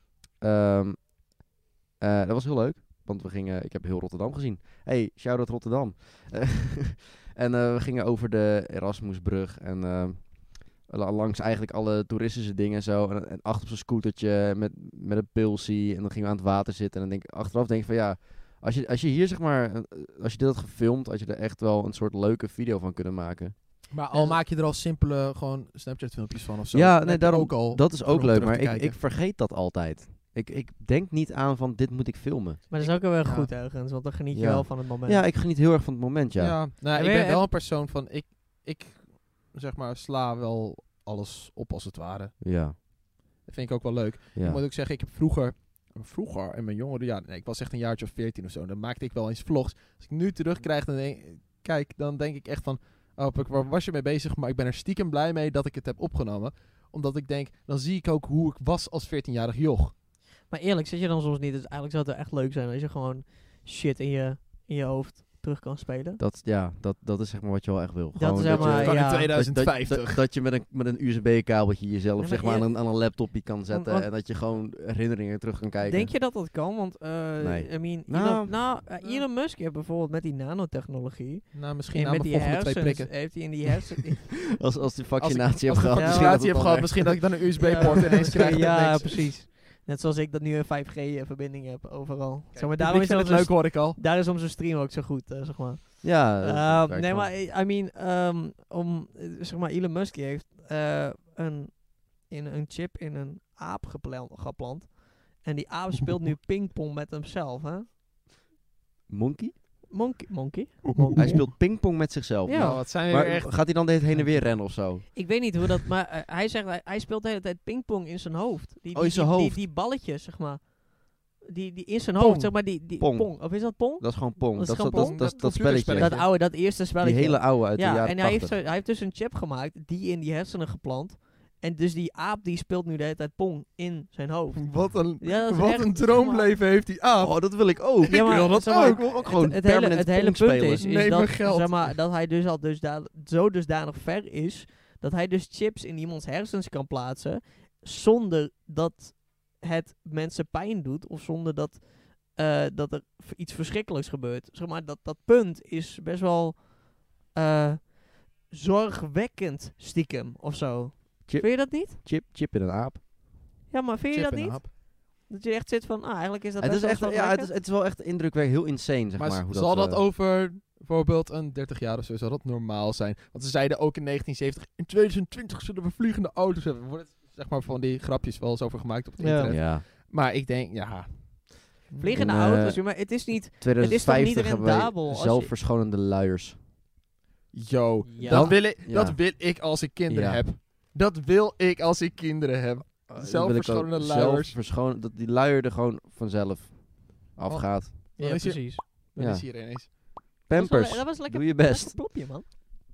Ehm, eh, dat was heel leuk, want we gingen, ik heb heel Rotterdam gezien. Hey, shout-out Rotterdam. Eh, en eh, we gingen over de Erasmusbrug en eh, la- langs eigenlijk alle toeristische dingen en zo. En, en achter op zo'n scootertje met, met een pilsie. En dan gingen we aan het water zitten. En dan denk ik, achteraf denk ik van ja, als je, als je hier zeg maar, eh, als je dit had gefilmd, had je er echt wel een soort leuke video van kunnen maken. Maar al maak je er al simpele gewoon Snapchat filmpjes van of zo. Ja, dan nee, heb je daarom, ook al dat is ook om leuk, terug maar te ik, kijken. ik vergeet dat altijd. Ik, ik denk niet aan van dit moet ik filmen. Maar dat is ook wel weer Ja. goed ergens, want dan geniet je Ja. wel van het moment. Ja, ik geniet heel erg van het moment, ja. Ja, nou, En ik weet je, ben wel en- een persoon van, ik, ik zeg maar sla wel alles op als het ware. Ja, Dat vind ik ook wel leuk. ja. Ik moet ook zeggen, ik heb vroeger, vroeger in mijn jongere jaren, nee, ik was echt een jaartje of veertien of zo, dan maakte ik wel eens vlogs. Als ik nu terugkrijg, dan denk, kijk, dan denk ik echt van, oh, Puk, waar was je mee bezig? Maar ik ben er stiekem blij mee dat ik het heb opgenomen. Omdat ik denk, dan zie ik ook hoe ik was als veertienjarig joch. Maar eerlijk, zit je dan soms niet, dus eigenlijk zou het echt leuk zijn als je gewoon shit in je, in je hoofd terug kan spelen. Dat, ja, dat, dat is zeg maar wat je wel echt wil. Dat is zeg je- maar, Kan ja. in tweeduizend Dat, vijftig. dat, dat je met een, met een U S B-kabeltje jezelf Nee, maar zeg maar, aan, eer- een, aan een laptopje kan zetten. want- en dat je gewoon herinneringen terug kan kijken. Denk je dat dat kan? Want, eh Nee. I mean, Nou, Elon, nou, eh, Elon Musk heeft bijvoorbeeld met die nanotechnologie. Nou, misschien en na met mijn die volgende twee hersens, prikken. heeft hij in die hersenen... Als, als die vaccinatie Als ik- hebt als ik gehad. een Ja, misschien dat vaccinatie heb het dan gehad, echt- misschien dat ik dan een U S B-poort ineens krijg. Ja, niks. precies. Net zoals ik dat nu een vijf G-verbinding heb overal. Zeg maar, Daarom daarom is is het onze leuk, hoor ik al. Daar is onze stream ook zo goed, eh, zeg maar. Ja, dat Ehm, werkt nee, wel. maar I I mean, ehm, om, eh, zeg maar, Elon Musk die heeft eh, een, in een chip in een aap geplant, geplant. En die aap speelt nu pingpong met hemzelf, hè? Monkey? Monkey? Monkey? Hij speelt pingpong met zichzelf. Ja. Nou, wat zijn we Maar weer echt... gaat hij dan de hele heen en weer rennen of zo? Ik weet niet hoe dat, maar eh, hij zegt, hij, hij speelt de hele tijd pingpong in zijn hoofd. Die, Oh, die, in zijn die, hoofd. Die, die balletjes, zeg maar. Die, die in zijn Pong. hoofd, zeg maar, die, die Pong. pong. Of is dat pong? Dat is gewoon Pong. Dat is Dat, gewoon dat, Pong? dat, dat, dat computerspelletje. spelletje. Dat oude, dat eerste Die spelletje. hele oude uit de Ja, jaren en hij heeft, tachtig. zo, hij heeft dus een chip gemaakt die in die hersenen geplant. En dus die aap die speelt nu de hele tijd Pong in zijn hoofd. Wat een, Ja, dat is wat echt, een zeg maar- droomleven heeft die aap. Oh, dat wil ik ook. Ja, maar, wil dat zeg maar, ook. Ik wil ook gewoon het, het hele, permanent het hele Pong punt spelen. is, is Neem dat, mijn geld. zeg maar, dat hij dus al dusdan zo dusdanig ver is, dat hij dus chips in iemands hersens kan plaatsen, zonder dat het mensen pijn doet, of zonder dat, eh, dat er v- iets verschrikkelijks gebeurt. Zeg maar, dat, dat punt is best wel eh, zorgwekkend stiekem, of zo. Chip. Vind je dat niet? Chip, chip in een aap. Ja, maar vind je Chip dat en niet? aap. Dat je echt zit van, ah, eigenlijk is dat Het best is, wel echt, ja, het, is, zorgwekkend. het is wel echt indrukwekkend. Heel insane, zeg maar. Maar, hoe zal dat, dat eh, over bijvoorbeeld een dertig jaar of zo, zal dat normaal zijn? Want ze zeiden ook in negentien zeventig, in tweeduizend twintig zullen we vliegende auto's hebben. Er worden zeg maar van die grapjes wel eens over gemaakt op het Ja. internet. Ja. Maar ik denk, ja... Vliegende In, eh, auto's, maar het is niet... tweeduizend vijftig hebben wij rendabel als je- zelfverschonende luiers. Yo, Ja. dat, wil ik, Ja. dat wil ik als ik kinderen Ja. heb. Dat wil ik als ik kinderen heb. Zelfverschonende luiers. Zelfverschonen, dat die luier er gewoon vanzelf afgaat. Ja, is je- precies. Dan Ja. is hier ineens. Pampers, Dat was, wel- dat was lekker, doe je best. lekker plopje, man.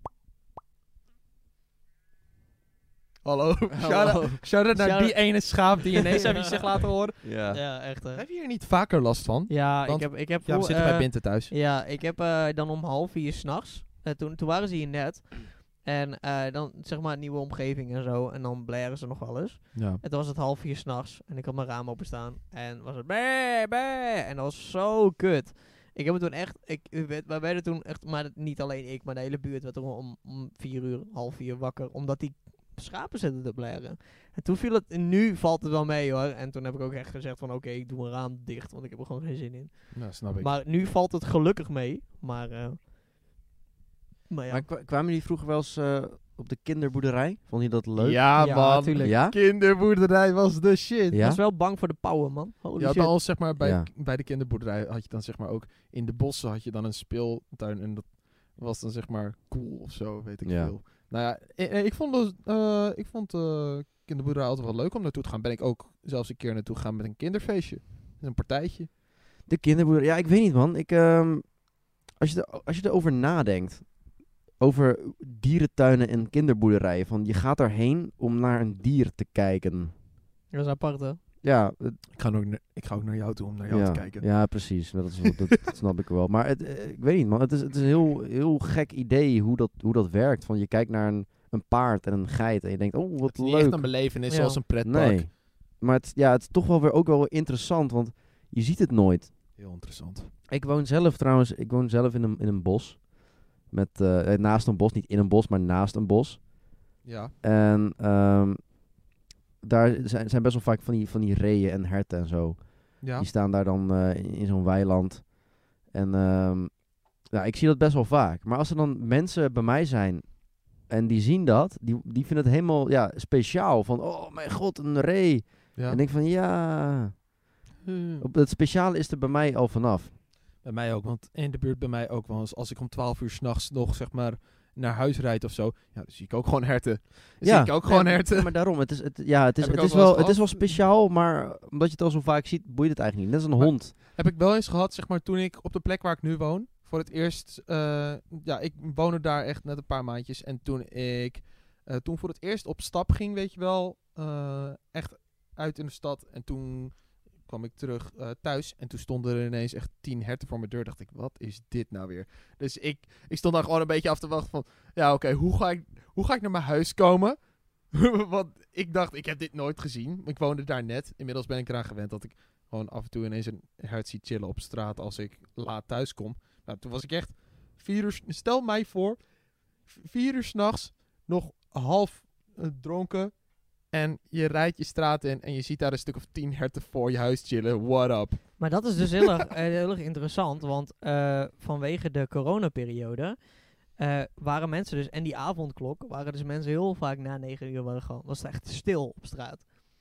Hallo. Shout-out shout-out naar Shout-out. die ene schaap die ineens even iets zich laten horen. Ja. Ja, echt hè. Heb je hier niet vaker last van? Ja, Want- ik heb... Ik heb Ja, we voor, zitten eh, bij Binte thuis. Ja, ik heb eh, dan om half vier s'nachts... Uh, toen, toen waren ze hier net. En eh, dan zeg maar nieuwe omgeving en zo. En dan blaren ze nog wel eens. Ja. En toen was het half vier s'nachts. En ik had mijn raam openstaan. En was het bee, bee. En dat was zo kut. Ik heb het toen echt... Ik, we we werden toen echt... Maar niet alleen ik, maar de hele buurt werd toen om, om vier uur, half vier wakker. Omdat die schapen zitten te blaren. En toen viel het... En nu valt het wel mee hoor. En toen heb ik ook echt gezegd van... Oké, ik doe mijn raam dicht. Want ik heb er gewoon geen zin in. Nou, snap ik. Maar nu valt het gelukkig mee. Maar... eh maar ja. Maar kwa- kwamen jullie vroeger wel eens eh, op de kinderboerderij? Vond je dat leuk? Ja, Ja, man. tuurlijk. Ja? Kinderboerderij was de shit. Ik Ja? was wel bang voor de pauwen, man. Holy Ja, shit. dan zeg maar bij, Ja. bij de kinderboerderij had je dan zeg maar ook in de bossen had je dan een speeltuin en dat was dan zeg maar cool of zo, weet ik Ja. veel. Nou ja, ik, ik vond dus, eh, ik vond eh kinderboerderij altijd wel leuk om naartoe te gaan. Ben ik ook zelfs een keer naartoe gegaan met een kinderfeestje, een partijtje. De kinderboerderij. Ja, ik weet niet, man. Ik, ehm, als, je er, als je erover nadenkt, over dierentuinen en kinderboerderijen, van je gaat erheen om naar een dier te kijken. Dat is apart, hè? Ja, het- Ik ga, ook naar, ik ga ook naar jou toe om naar jou ja, te kijken. ja, precies. Dat, is, dat, dat snap ik wel. Maar het, eh, ik weet niet, man. Het is, het is een heel, heel gek idee hoe dat, hoe dat werkt. Van je kijkt naar een, een paard en een geit en je denkt, oh, wat Het is niet leuk. echt een belevenis Ja. zoals een pretpark. Nee. Maar het, ja, het is toch wel weer ook wel interessant, want je ziet het nooit. Heel interessant. Ik woon zelf trouwens, ik woon zelf in een, in een bos. Met, eh, eh, naast een bos, niet in een bos, maar naast een bos. Ja. En ehm, daar zijn, zijn best wel vaak van die, van die reeën en herten en zo. Ja. Die staan daar dan eh, in, in zo'n weiland. En ehm, ja, ik zie dat best wel vaak. Maar als er dan mensen bij mij zijn en die zien dat, die, die vinden het helemaal ja, speciaal. Van, oh mijn god, een ree. Ja. En ik denk van, ja, Hmm. op het speciale is er bij mij al vanaf. Bij mij ook, want in de buurt bij mij ook wel eens. Als ik om twaalf uur s'nachts nog zeg maar naar huis rijd of zo, ja, dan zie ik ook gewoon herten. Dan zie ik ook gewoon nee, herten. Maar daarom, het is, het, ja, het is, Heb ik het ook is, wel wel, eens het is wel gehad. speciaal, maar omdat je het al zo vaak ziet, boeit het eigenlijk niet. Net als een Maar- hond. Heb ik wel eens gehad, zeg maar, toen ik op de plek waar ik nu woon, voor het eerst, eh, ja, ik woonde daar echt net een paar maandjes. En toen ik, eh, toen voor het eerst op stap ging, weet je wel, eh, echt uit in de stad. En toen kwam ik terug eh, thuis en toen stonden er ineens echt tien herten voor mijn deur. Dacht ik, wat is dit nou weer? Dus ik, ik stond daar gewoon een beetje af te wachten van, ja oké, hoe ga ik, hoe ga ik naar mijn huis komen? Want ik dacht, ik heb dit nooit gezien. Ik woonde daar net. Inmiddels ben ik eraan gewend dat ik gewoon af en toe ineens een hert zie chillen op straat als ik laat thuis kom. Nou, toen was ik echt vier uur... Stel mij voor, v- vier uur s'nachts, nog half eh, dronken En je rijdt je straat in en je ziet daar een stuk of tien herten voor je huis chillen. What up? Maar dat is dus heel erg, eh, heel erg interessant, want eh, vanwege de coronaperiode eh, waren mensen dus, en die avondklok, waren dus mensen heel vaak na negen uur waren gewoon, was het echt stil op straat.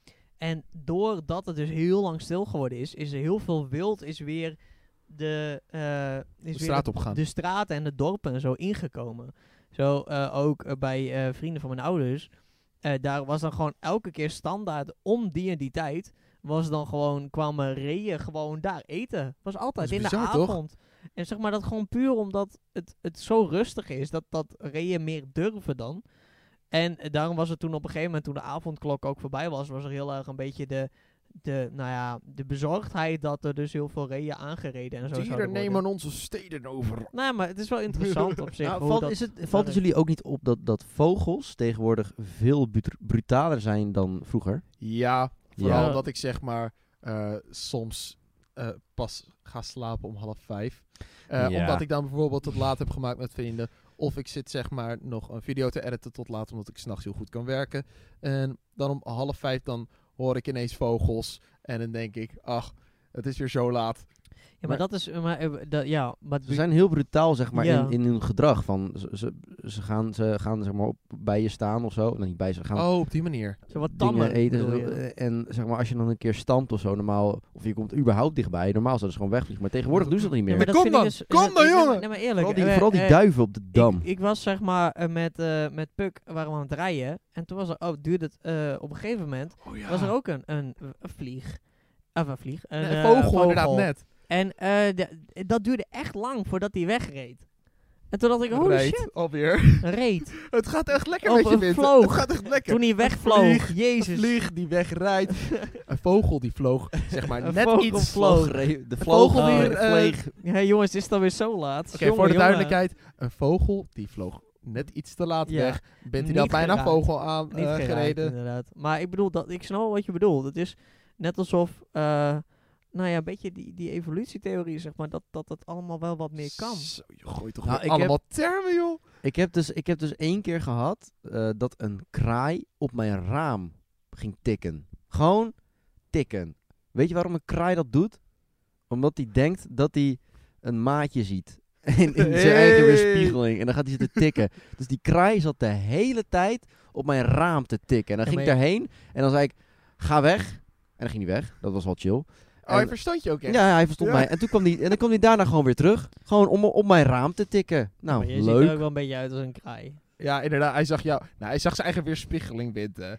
En doordat het dus heel lang stil geworden is, is er heel veel wild is weer de, eh, is De weer straat de, opgegaan. de straten en de dorpen en zo ingekomen. Zo eh, ook eh, bij eh, vrienden van mijn ouders. Eh, daar was dan gewoon elke keer standaard om die en die tijd was dan gewoon, kwamen reeën gewoon daar eten. Was altijd Dat in is de bizar, toch? avond. En zeg maar dat gewoon puur omdat het, het zo rustig is, dat, dat reeën meer durven dan. En eh, daarom was het toen op een gegeven moment, toen de avondklok ook voorbij was, was er heel erg een beetje de, de, nou ja, de bezorgdheid dat er dus heel veel reeën aangereden en zo zouden Dieren worden. nemen onze steden over. Nee, maar het is wel interessant op zich. Nou, hoe valt, dat is het, valt werkt. het jullie ook niet op dat, dat vogels tegenwoordig veel brut- brutaler zijn dan vroeger? Ja, vooral Ja. omdat ik zeg maar eh, soms eh, pas ga slapen om half vijf. Eh, Ja. Omdat ik dan bijvoorbeeld tot laat heb gemaakt met vrienden. Of ik zit zeg maar nog een video te editen tot laat, omdat ik 's nachts heel goed kan werken. En dan om half vijf dan hoor ik ineens vogels. En dan denk ik, ach, het is weer zo laat. Ja, maar, Maar- dat is... Maar, eh, dat, ja, maar Ze zijn heel brutaal, zeg maar, Ja. in, in hun gedrag. Van, ze, ze, ze gaan, ze gaan zeg maar, op, bij je staan of zo. Nou, niet bij ze gaan Oh, op die manier. zo wat dingen tammer, eten. bedoel zo, je. eh, en zeg maar, als je dan een keer stampt of zo, normaal... Of je komt überhaupt dichtbij. Normaal zouden ze gewoon wegvliegen. Maar tegenwoordig doen ze dat niet Ja, meer. maar dat Kom vind ik dan, dus- kom dat- dan, nee, maar- jongen! Nee, maar eerlijk. vooral die, eh, vooral die eh, duiven op de dam. Ik, ik was zeg maar eh, met, eh met Puk, waren we aan het rijden. En toen was er, oh, duurde het eh, op een gegeven moment, Oh, ja. was er ook een, een, een vlieg. Of een vlieg. Een, Nee, eh, een vogel, inderdaad net. En eh, de- dat duurde echt lang voordat hij wegreed. En toen dacht ik, holy Reed shit, alweer. een reet. Het gaat echt lekker Of met je een wind. vloog. Het gaat echt lekker. Toen hij wegvloog, vlieg, jezus. Een vlieg die wegrijdt. Een vogel die vloog, zeg maar, Een net vogel iets. vloog. Vloog re- de vogel vogel die, weer eh, vleeg. Ja, jongens, is het alweer zo laat? Oké, Jongen, voor de jongen. duidelijkheid. Een vogel die vloog net iets te laat Ja. weg. Bent hij Niet dan bijna geraakt. vogel aan Niet eh, geraakt, gereden? inderdaad. Maar ik bedoel, dat, ik snap wel wat je bedoelt. Het is net alsof, eh, nou ja, een beetje die, die evolutietheorie, zeg maar, dat, dat het allemaal wel wat meer kan. Zo, je gooit toch Nou, weer ik allemaal termen, joh. Ik heb dus, ik heb dus één keer gehad eh, dat een kraai op mijn raam ging tikken. Gewoon tikken. Weet je waarom een kraai dat doet? Omdat hij denkt dat hij een maatje ziet. In, in zijn eigen Hey. weerspiegeling. En dan gaat hij zitten tikken. Dus die kraai zat de hele tijd op mijn raam te tikken. En dan Ja, ging ik maar daarheen. En dan zei ik, ga weg. En dan ging hij weg. Dat was wel chill. Oh, hij En- verstond je ook echt. Ja, hij verstond Ja. mij. En toen kwam hij, en dan kwam hij daarna gewoon weer terug. Gewoon om op mijn raam te tikken. Nou, maar je ziet er leuk. ook wel een beetje uit als een kraai. Ja, inderdaad. Hij zag jou. Nou, hij zag zijn eigen weerspiegeling winden.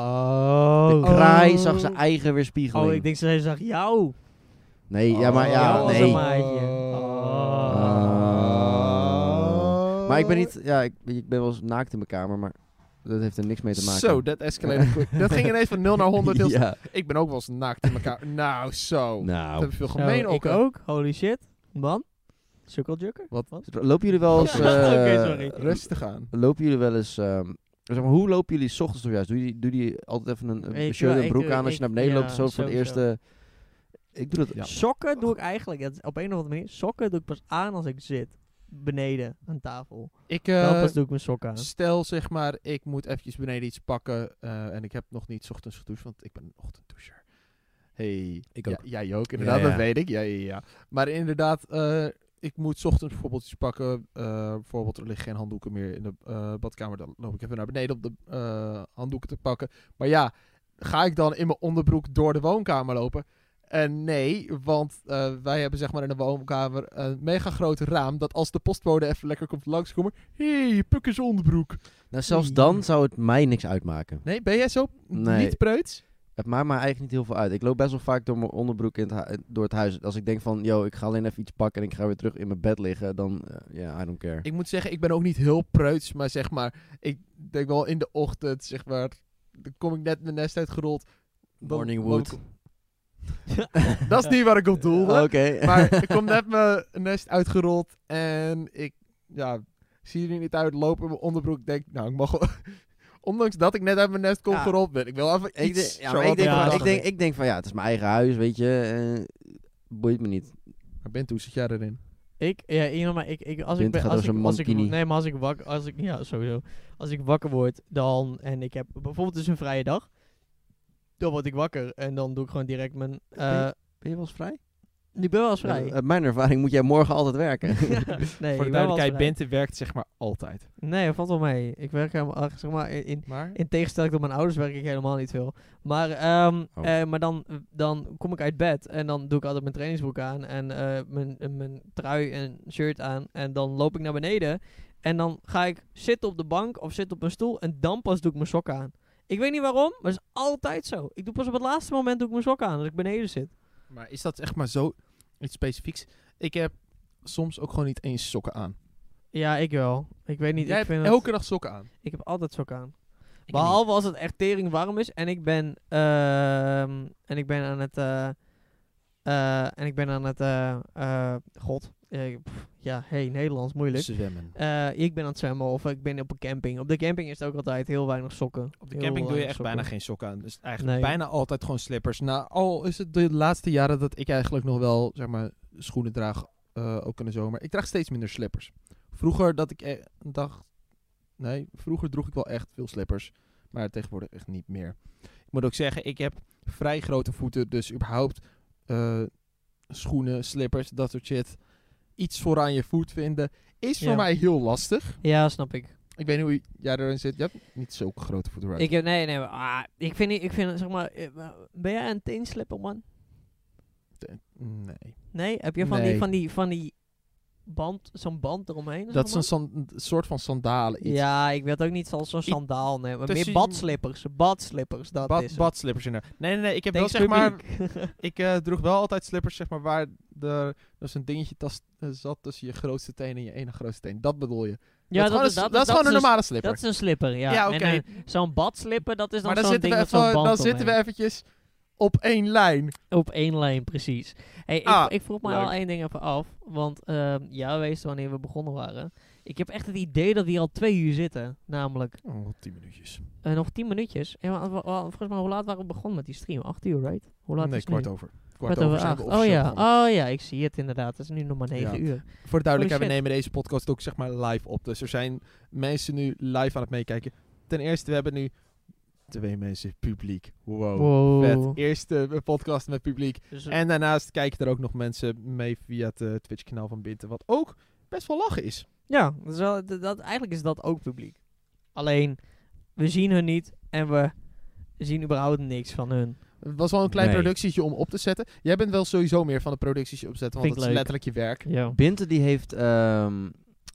Oh. De kraai zag zijn eigen weerspiegeling. Oh, ik denk ze zag jou. Nee, ja, maar ja, jou als een nee. maatje. Oh. Maar ik ben niet, ja, ik, ik ben wel eens naakt in mijn kamer, maar dat heeft er niks mee te maken. Zo, dat escalated quick. Dat ging ineens van nul naar honderd. Heel snel. Ja. Ik ben ook wel eens naakt in elkaar. Nou, zo. Dat Nou, heb je veel Zo, gemeen ik ook. hè? ook. Holy shit. Man. Sukkeljukker. Wat? lopen jullie wel eens... Ja, eh, oké, sorry. Rustig aan. Lopen jullie wel eens... ehm, zeg maar, hoe lopen jullie 's ochtends of juist? Doe je, doe je altijd even een, een Ik- shirt ja, en ik broek doe- aan als ik- je naar beneden ja, loopt? Zo voor het sowieso. eerste... Ik doe dat... Ja. Sokken doe ik eigenlijk, dat is op een of andere manier, sokken doe ik pas aan als ik zit. Beneden aan tafel. Ik Dan eh, pas doe ik mijn sokken aan. stel zeg maar, ik moet eventjes beneden iets pakken. eh, en ik heb nog niet 's ochtends gedoucht, want ik ben een ochtenddoucher. Hey. Ik Ja, ook. jij ook, inderdaad, Ja, ja. dat weet ik. Ja, ja, ja. Maar inderdaad, eh, ik moet 's ochtends bijvoorbeeld iets pakken. eh, bijvoorbeeld, er liggen geen handdoeken meer in de eh, badkamer. Dan loop ik even naar beneden om de eh, handdoeken te pakken. Maar ja, ga ik dan in mijn onderbroek door de woonkamer lopen? En nee, want eh, wij hebben zeg maar in de woonkamer een mega groot raam. Dat als de postbode even lekker komt langskomen. Hé, hey, Puk is onderbroek. Nou, zelfs dan zou het mij niks uitmaken. Nee, ben jij zo Nee. niet preuts? Het maakt me eigenlijk niet heel veel uit. Ik loop best wel vaak door mijn onderbroek in het hu- door het huis. Als ik denk van, yo, ik ga alleen even iets pakken en ik ga weer terug in mijn bed liggen, dan, ja, uh, yeah, I don't care. Ik moet zeggen, ik ben ook niet heel preuts. Maar zeg maar, ik denk wel in de ochtend, zeg maar. Dan kom ik net mijn nest uitgerold. dan Morning loop wood. ik- Dat is niet waar ik op doelde. Oké. Maar ik kom net mijn nest uitgerold. En ik, ja, zie er niet uit. Loop in mijn onderbroek. Denk, nou, ik mag wel... Ondanks dat ik net uit mijn nest kom Ja. gerold ben. Ik wil even Ik, iets. denk- ja, zo maar ik, wat denk, Ja, van- van- ik, snap denk, ik denk van, ja, het is mijn eigen huis, weet je. eh, boeit me niet. Maar Bent, hoe zit jij erin? Ik, ja, you know, maar ik, ik, als ik Bint ben, gaat als als ik, een als ik, mankini. nee, maar als ik wakker, als ik, ja, sowieso. Als ik wakker word, dan, en ik heb bijvoorbeeld dus een vrije dag, dan word ik wakker. En dan doe ik gewoon direct mijn... Uh, Ben Ben je wel eens vrij? nu ben ik wel eens vrij. Uh, uit mijn ervaring moet jij morgen altijd werken. Ja, nee, Voor ik de ben wel eens duidelijkheid, vrij. Bente werkt zeg maar altijd. Nee, dat valt wel mee. Ik werk helemaal, zeg maar, in, in, Maar? in tegenstelling tot mijn ouders werk ik helemaal niet veel. Maar, um, Oh. uh, maar dan, dan kom ik uit bed en dan doe ik altijd mijn trainingsbroek aan en uh, mijn, uh, mijn trui en shirt aan. En dan loop ik naar beneden en dan ga ik zitten op de bank of zitten op een stoel en dan pas doe ik mijn sokken aan. Ik weet niet waarom, maar het is altijd zo. Ik doe pas op het laatste moment doe ik mijn sokken aan als ik beneden zit. Maar is dat echt maar zo iets specifieks? Ik heb soms ook gewoon niet eens sokken aan. Ja, ik wel. Ik weet niet. Jij ik hebt vind elke het, dag sokken aan. ik heb altijd sokken aan. Ik Behalve als het echt tering warm is en ik ben ehm en ik ben aan het eh eh en ik ben aan het eh eh god eh, pff, ja hey Nederlands moeilijk. Zwemmen. Eh ik ben aan het zwemmen of ik ben op een camping. Op de camping is het ook altijd heel weinig sokken. Op de Heel camping doe je weinig echt sokken. bijna geen sokken aan. Dus eigenlijk Nee. bijna altijd gewoon slippers. Nou, al is het de laatste jaren dat ik eigenlijk nog wel, zeg maar, schoenen draag, uh, ook in de zomer. Ik draag steeds minder slippers. Vroeger dat ik e- dacht, nee, vroeger droeg ik wel echt veel slippers. Maar tegenwoordig echt niet meer. Ik moet ook zeggen, ik heb vrij grote voeten. Dus überhaupt uh, schoenen, slippers, dat soort shit. Iets voor aan je voet vinden is Ja. voor mij heel lastig. Ja, snap ik. Ik weet niet hoe jij erin zit. Je hebt niet zulke grote voeten. Right? Ik heb nee nee maar, ah, ik vind niet- ik vind zeg maar eh, ben jij een teenslipper man? Nee. Nee, heb je van Nee. die van die van die band zo'n band eromheen? Dat is zeg een, maar? san- een soort van sandalen. Iets. Ja, ik weet ook niet zoals zo'n I- sandaal nee, maar tussen- meer badslippers, badslippers, dat Bad, is het. badslippers inderdaad. Nee, nee, nee. Ik heb Thanks, wel zeg maar... publiek. Ik uh, droeg wel altijd slippers, zeg maar, waar de, dus een dingetje tas, uh, zat tussen je grootste teen en je ene grootste teen. Dat bedoel je. Ja, dat, is gewoon een- dat is gewoon een normale slipper. Dat is een slipper, ja. Ja, oké. En uh, zo'n badslipper, dat is dan Maar dan zo'n zitten ding we met zo'n even, band dan zitten we omheen. eventjes op één lijn. Op één lijn, precies. Hey, ik, Ah, ik vroeg me leuk. al één ding even af. Want uh, ja, wees wanneer we begonnen waren. Ik heb echt het idee dat we hier al twee uur zitten. Namelijk Oh, tien minuutjes. uh, nog tien minuutjes. En, wa- wa- wa- volgens mij, hoe laat waren we begonnen met die stream? Acht uur, right? Hoe laat nee, is het nu? kwart over. Kwart, Kwart over over zijn acht. we Oh officieel ja, begonnen. oh ja, ik zie het inderdaad. Het is nu nog maar negen Ja. uur. Voor de duidelijkheid, we shit. nemen deze podcast ook zeg maar live op. Dus er zijn mensen nu live aan het meekijken. Ten eerste, we hebben nu twee mensen publiek. Wow. Wow. Vet. Eerste eh, podcast met publiek. Dus, En daarnaast kijken er ook nog mensen mee via het uh, Twitch-kanaal van Binte. Wat ook best wel lachen is. ja, dat is wel, dat, dat- eigenlijk is dat ook publiek. Alleen, we zien hun niet en we zien überhaupt niks van hun. Het was wel een klein Nee. productietje om op te zetten. Jij bent wel sowieso meer van de producties opzetten, want Vind dat ik is leuk. letterlijk je werk. Ja. Binte die heeft, ehm,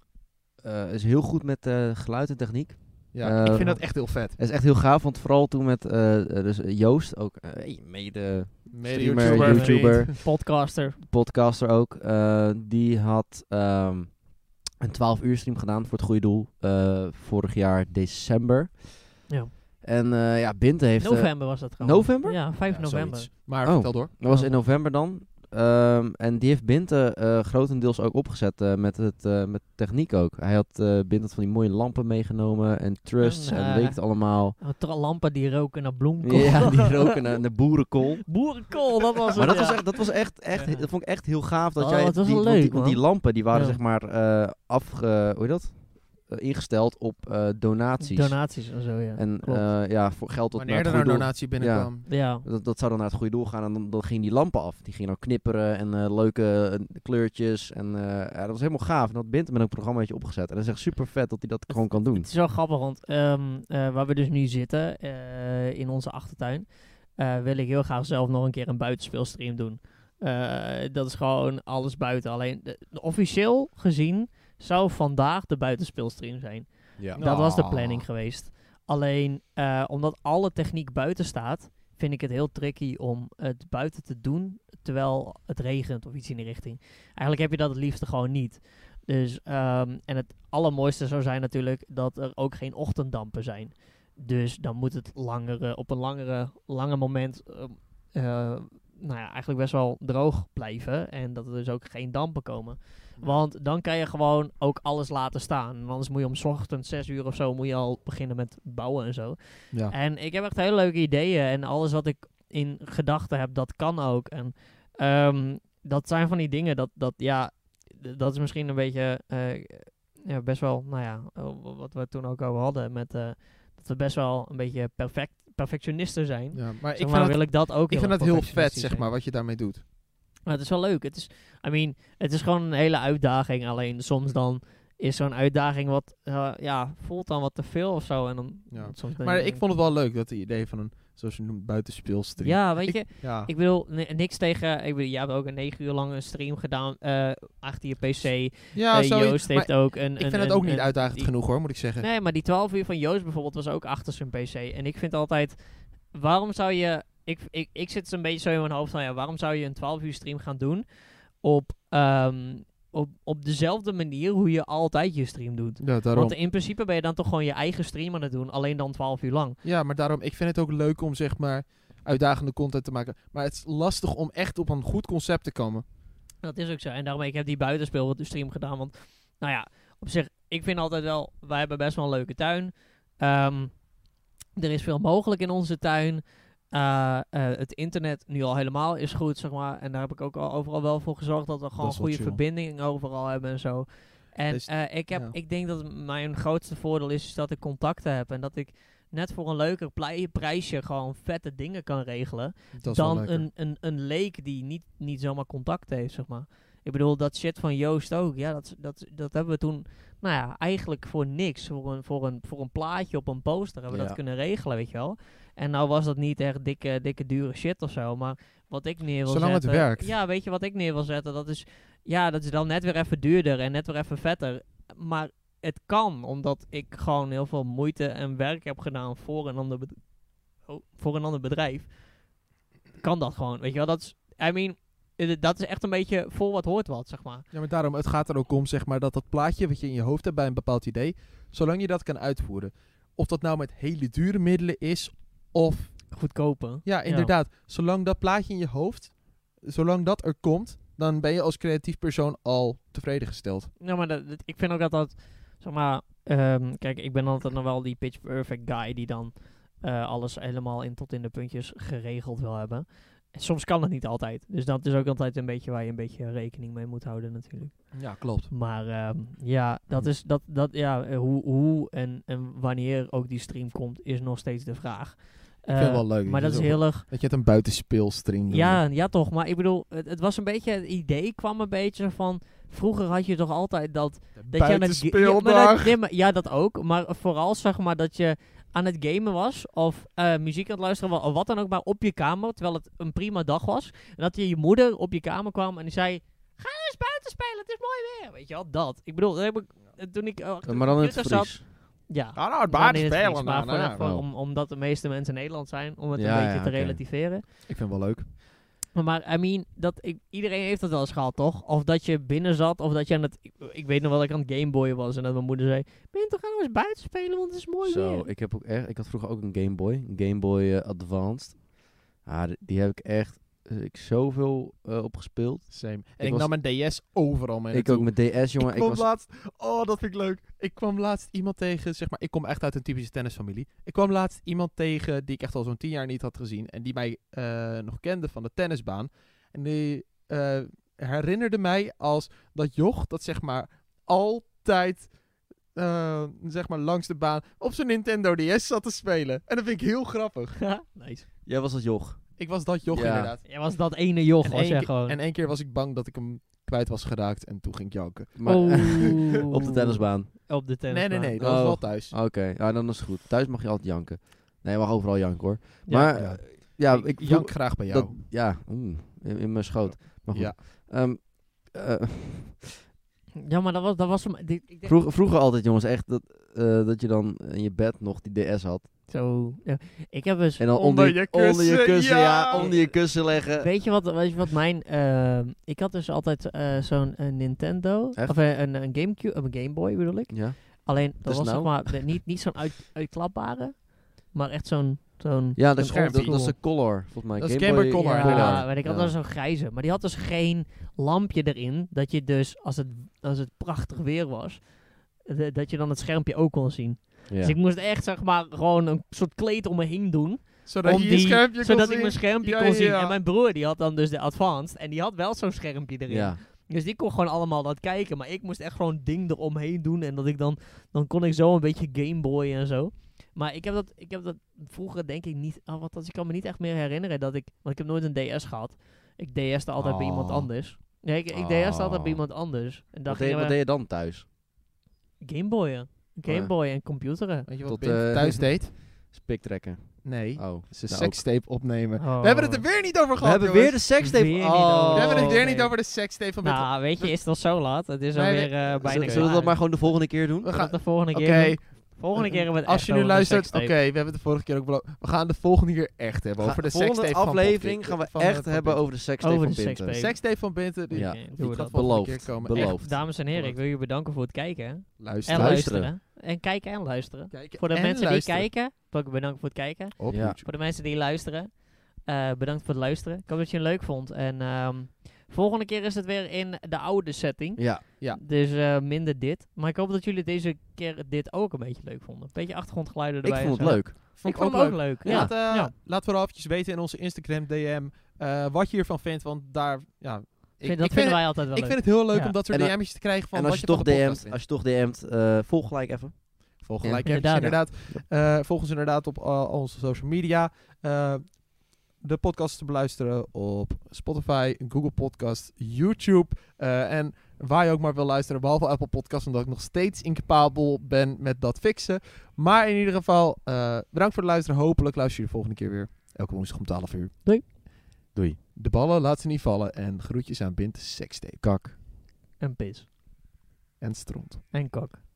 uh, is heel goed met uh, geluid en techniek. Ja, Uh, ik vind dat echt heel vet. Het is echt heel gaaf, want vooral toen met uh, uh, dus Joost, ook uh, hey, mede Mede streamer, YouTuber, YouTuber, vriend. Podcaster. podcaster ook. Uh, die had um, een twaalf uur stream gedaan voor het goede doel. Uh, vorig jaar december. Ja. En uh, ja, Binte heeft... uh, November was dat gewoon. November? Ja, vijf Ja, november. zoiets. Maar Oh. vertel door. Dat was Oh. in november dan. Um, en die heeft Binte uh, grotendeels ook opgezet uh, met, het, uh, met techniek ook. Hij had uh, Binte had van die mooie lampen meegenomen en trusts En, en, uh, weet ik het allemaal. Oh, tra- lampen die roken naar bloemkool. Ja, die roken naar de boerenkool. Boerenkool, dat was Maar het, dat was ja. echt, dat was echt, echt Ja. dat vond ik echt heel gaaf dat Oh, jij het was die, wel want leuk, die, want die man. lampen die waren Ja. zeg maar uh, afge, hoe heet dat? Uh, ingesteld op uh, donaties. Donaties en zo, ja. En Klopt. uh, ja, voor geld tot Wanneer naar er het een goede doel. donatie binnenkwam. ja. Dat, dat zou dan naar het goede doel gaan en dan, dan gingen die lampen af. Die gingen dan knipperen en uh, leuke uh, kleurtjes. En uh, ja, dat was helemaal gaaf. En dat Binte met een programmaatje opgezet. En dat is echt super vet dat hij dat gewoon kan doen. Het is wel grappig, want um, uh, waar we dus nu zitten, uh, in onze achtertuin, uh, wil ik heel graag zelf nog een keer een buitenspeelstream doen. Uh, dat is gewoon alles buiten. Alleen, de, de officieel gezien, zou vandaag de buitenspeelstream zijn. Ja. Dat was de Ah. planning geweest. Alleen, uh, omdat alle techniek buiten staat, vind ik het heel tricky om het buiten te doen, terwijl het regent of iets in die richting. Eigenlijk heb je dat het liefste gewoon niet. Dus, um, en het allermooiste zou zijn natuurlijk dat er ook geen ochtenddampen zijn. Dus dan moet het langere, op een langere, lange moment, uh, uh, nou ja, eigenlijk best wel droog blijven. En dat er dus ook geen dampen komen. Want dan kan je gewoon ook alles laten staan. En anders moet je om 's ochtends zes uur of zo moet je al beginnen met bouwen en zo. Ja. En ik heb echt hele leuke ideeën. En alles wat ik in gedachten heb, dat kan ook. En um, dat zijn van die dingen dat, dat ja, d- dat is misschien een beetje uh, ja, best wel, nou ja, uh, wat we toen ook over hadden. Met, uh, dat we best wel een beetje perfect, perfectionisten zijn. Ja, maar Zeg ik vind, maar, dat, wil ik dat ook ik vind erg dat heel vet, perfectionistisch zeg zijn. maar, wat je daarmee doet. Maar het is wel leuk. Het is, I mean, het is gewoon een hele uitdaging. Alleen soms dan is zo'n uitdaging wat, uh, ja, voelt dan wat te veel of zo. En dan, Ja. soms ben Maar je ik vond het wel leuk, dat idee van een, zoals je noemt, buitenspeelstream. Ja, weet Ik- je, Ja. ik bedoel, ni- niks tegen, ik bedoel, jij hebt ook een negen uur lange stream gedaan uh, achter je P C. ja, Uh, zoiets. Joost Maar heeft ook een... ik een, vind het een- ook niet een- uitdagend die- genoeg, hoor, moet ik zeggen. Nee, maar die twaalf uur van Joost bijvoorbeeld was ook achter zijn P C. En ik vind altijd, waarom zou je... Ik, ik, ik zit zo'n beetje zo in mijn hoofd van, ja, waarom zou je een twaalf uur stream gaan doen op, ehm, op, op dezelfde manier hoe je altijd je stream doet? Ja, daarom. Want in principe ben je dan toch gewoon je eigen stream aan het doen, alleen dan twaalf uur lang. Ja, maar daarom, ik vind het ook leuk om, zeg maar, uitdagende content te maken. Maar het is lastig om echt op een goed concept te komen. Dat is ook zo. En daarom ik heb die buitenspeel stream gedaan. Want, nou ja, op zich, ik vind altijd wel, wij hebben best wel een leuke tuin. Ehm, er is veel mogelijk in onze tuin. Uh, uh, het internet nu al helemaal is goed, zeg maar. En daar heb ik ook al overal wel voor gezorgd dat we gewoon is wel goede chill. verbinding overal hebben en zo. En Dus, uh, ik, heb, ja. ik denk dat mijn grootste voordeel is, is dat ik contacten heb. En dat ik net voor een leuker plei- prijsje gewoon vette dingen kan regelen. Dat is wel Dan lekker. een, een, een leek die niet, niet zomaar contact heeft, zeg maar. Ik bedoel, dat shit van Joost ook. Ja, dat, dat, dat hebben we toen, nou ja, eigenlijk voor niks. Voor een, voor een, voor een plaatje op een poster hebben we Ja. dat kunnen regelen, weet je wel. En nou was dat niet echt dikke, dikke dure shit of zo. Maar wat ik neer wil Zolang het zetten... werkt. Ja, weet je wat ik neer wil zetten? Dat is, ja, dat is dan net weer even duurder en net weer even vetter. Maar het kan, omdat ik gewoon heel veel moeite en werk heb gedaan voor een ander, bed- oh, voor een ander bedrijf. Kan dat gewoon, weet je wel. Dat is, I mean, eh, dat is echt een beetje voor wat hoort wat, zeg maar. Ja, maar daarom, het gaat er ook om, zeg maar, dat dat plaatje wat je in je hoofd hebt bij een bepaald idee, zolang je dat kan uitvoeren. Of dat nou met hele dure middelen is, of... Goedkopen. Ja, inderdaad. Zolang dat plaatje in je hoofd, zolang dat er komt, dan ben je als creatief persoon al tevreden gesteld. Ja, maar dat, dat- ik vind ook dat dat, zeg maar, ehm, kijk, ik ben altijd nog wel die pitch perfect guy die dan eh, alles helemaal in tot in de puntjes geregeld wil hebben. En soms kan het niet altijd. Dus dat is ook altijd een beetje waar je een beetje rekening mee moet houden natuurlijk. Ja, klopt. Maar ehm, ja, dat is, dat, dat, ja, eh, hoe, hoe en, en wanneer ook die stream komt, is nog steeds de vraag. Ik vind het Eh, wel leuk. Maar dat is zo- heel erg... Dat je het een buitenspeelstream noemt. Ja, ja, toch. Maar ik bedoel, het, het was een beetje... Het idee kwam een beetje van... Vroeger had je toch altijd dat... dat je aan het ga- ja, maar dat, nee, maar, ja, dat ook. Maar vooral zeg maar dat je aan het gamen was... of eh, muziek aan het luisteren was... of wat dan ook maar op je kamer... terwijl het een prima dag was. En dat je je moeder op je kamer kwam en die zei... Ga eens buiten spelen, het is mooi weer. Weet je wel, dat. Ik bedoel, dat heb ik, eh, toen ik... Uh, maar dan in het Fries. Ja. Ah, nou, het dan in het buitenspelen Fries, maar dan, voor- ja. voor- Oh. om, omdat de meeste mensen in Nederland zijn... om het Ja, een beetje ja, te oké. relativeren. Ik vind het wel leuk. Maar, maar I mean, dat ik, iedereen heeft dat wel eens gehad, toch? Of dat je binnen zat, of dat je aan het... Ik, ik weet nog wel dat ik aan het Gameboyen was en dat mijn moeder zei... Ben je toch gaan we eens buiten spelen, want het is mooi Zo, weer. ik heb ook echt, ik had vroeger ook een Game Boy, een Game Boy eh, Advanced. Ah, d- die heb ik echt, eh, ik zoveel eh, opgespeeld. Same. En Ik ik, was- nam een D S overal mee Ik naartoe. ook met D S, jongen. Ik Ik, kwam was, laatst... Oh, dat vind ik leuk. Ik kwam laatst iemand tegen, zeg maar... Ik kom echt uit een typische tennisfamilie. Ik kwam laatst iemand tegen die ik echt al zo'n tien jaar niet had gezien. En die mij eh, nog kende van de tennisbaan. En die eh, herinnerde mij als dat joch dat zeg maar altijd... eh, zeg maar langs de baan op zijn Nintendo D S zat te spelen. En dat vind ik heel grappig. Nice. jij was dat joch. Ik was dat joch Ja. inderdaad. Jij was dat ene joch, En was één, jij keer, gewoon. en één keer was ik bang dat ik hem kwijt was geraakt. En toen ging ik janken. Maar, Oeh. op de tennisbaan. Op de tennisbaan. Nee, nee, nee. Dat was Oh. wel thuis. Oké, ja, dan is het goed. Thuis mag je altijd janken. Nee, je mag overal janken hoor. Ja. maar, ja. eh, ja, ik ik jank vroeg- graag bij jou. dat, ja, oeh, in, in mijn schoot. Maar goed. Ja. Ehm, eh, Ja, maar dat was... Dat was hem- dit- ik denk- vroeger, vroeger altijd, jongens, echt dat, eh, dat je dan in je bed nog die D S had. Zo... Ja. Ik heb dus... En dan Onder onder, je je, onder je kussen, kussen, ja. ja. onder je kussen leggen. Weet je wat, weet je wat mijn... ehm, ik had dus altijd eh, zo'n eh, Nintendo. Echt? Of eh, een, een Gamecube, of een Game Boy bedoel ik. Ja. Alleen, dat Dus was nou? zeg maar de- niet, niet zo'n uit, uitklapbare, maar echt zo'n... zo'n Ja, dat is, zo'n dat, dat is oldschool. de Color, volgens mij. Dat is Game Game Boy Boy Color, Ja, inderdaad. maar ik had Ja. wel zo'n grijze. Maar die had dus geen lampje erin, dat je dus, als het, als het prachtig weer was, de- dat je dan het schermpje ook kon zien. Ja. Dus ik moest echt, zeg maar, gewoon een soort kleed om me heen doen. Zodat om je je die- schermpje kon zodat zien. ik mijn schermpje Ja, kon ja, zien. ja. En mijn broer, die had dan dus de Advanced. En die had wel zo'n schermpje erin. Ja. Dus die kon gewoon allemaal dat kijken. Maar ik moest echt gewoon ding eromheen doen. En dat ik dan, dan kon ik zo een beetje Gameboy en zo. Maar ik heb dat, ik heb dat vroeger denk ik niet... Oh, wat, ik kan me niet echt meer herinneren dat ik... Want ik heb nooit een D S gehad. Ik D S'te altijd bij iemand Oh. anders. Nee, ik, ik Oh. D'ste altijd bij iemand anders. En dan Wat deed, gingen wat we deed je dan thuis? Gameboyen. Gameboy en computeren. Weet je wat Tot, Bint eh, thuis deed? Spik trekken. Nee. Oh. Ze Nou, sekstape opnemen. Oh. We hebben het er weer niet over We gehad, hebben jongens. weer de sekstape. Weer niet Oh. over. We hebben het weer nee. niet over de sekstape van Bint. Nou, weet je, is het al zo laat? Het is Nee, alweer nee. uh, bijna Zullen- klaar. Zullen we dat maar gewoon de volgende keer doen? We We gaan... gaan de volgende Oké. keer doen. Volgende keer hebben we het Als echt je nu over de luistert, oké, sekstape. we hebben het de vorige keer ook beloofd. We gaan de volgende keer echt hebben Ga- over de volgende sekstape van aflevering Popkik- gaan we van, eh, echt van hebben Bint. over de sekstape Over van de Binten. sekstape. Sekstape van Binten. Die, Ja. Oké, die doen we gaat dat. volgende Beloofd. keer komen. Beloofd. Echt, dames en heren, ik wil jullie bedanken voor het kijken. hè. Luister. En Luisteren. luisteren. En kijken en luisteren. Kijken Voor de en mensen luisteren. die kijken, wil ik bedanken voor het kijken. Op Ja. YouTube. Voor de mensen die luisteren, eh, bedankt voor het luisteren. Ik hoop dat je het leuk vond. En ehm, volgende keer is het weer in de oude setting. Ja. Ja. Dus eh, minder dit. Maar ik hoop dat jullie deze keer dit ook een beetje leuk vonden. Een beetje achtergrondgeluiden Ik erbij. vond en het zo. leuk. Vond Ik vond het ook leuk. Ja. Laat, eh, Ja. laat vooral eventjes weten in onze Instagram D M eh, wat je hiervan vindt. Want daar, ja... Ik, Vind- ik dat vind vinden het, wij altijd wel ik leuk. vind het heel leuk Ja. om dat soort En D dan- M'tjes te krijgen van En wat als je, je toch van de podcast D M't, vindt. als je toch D M't, eh, volg gelijk even. Volg Ja. gelijk Inderdaad. inderdaad. inderdaad. Eh, volg ons inderdaad op al onze social media. Eh, de podcast te beluisteren op Spotify, Google Podcast, YouTube. eh, en waar je ook maar wil luisteren, behalve Apple Podcast, omdat ik nog steeds incapabel ben met dat fixen. Maar in ieder geval, eh, bedankt voor het luisteren. Hopelijk luister je de volgende keer weer. Elke woensdag om twaalf uur. Doei. Doei. De ballen, laat ze niet vallen. En groetjes aan Bint Sekstape. Kak. En pis. En stront. En kak.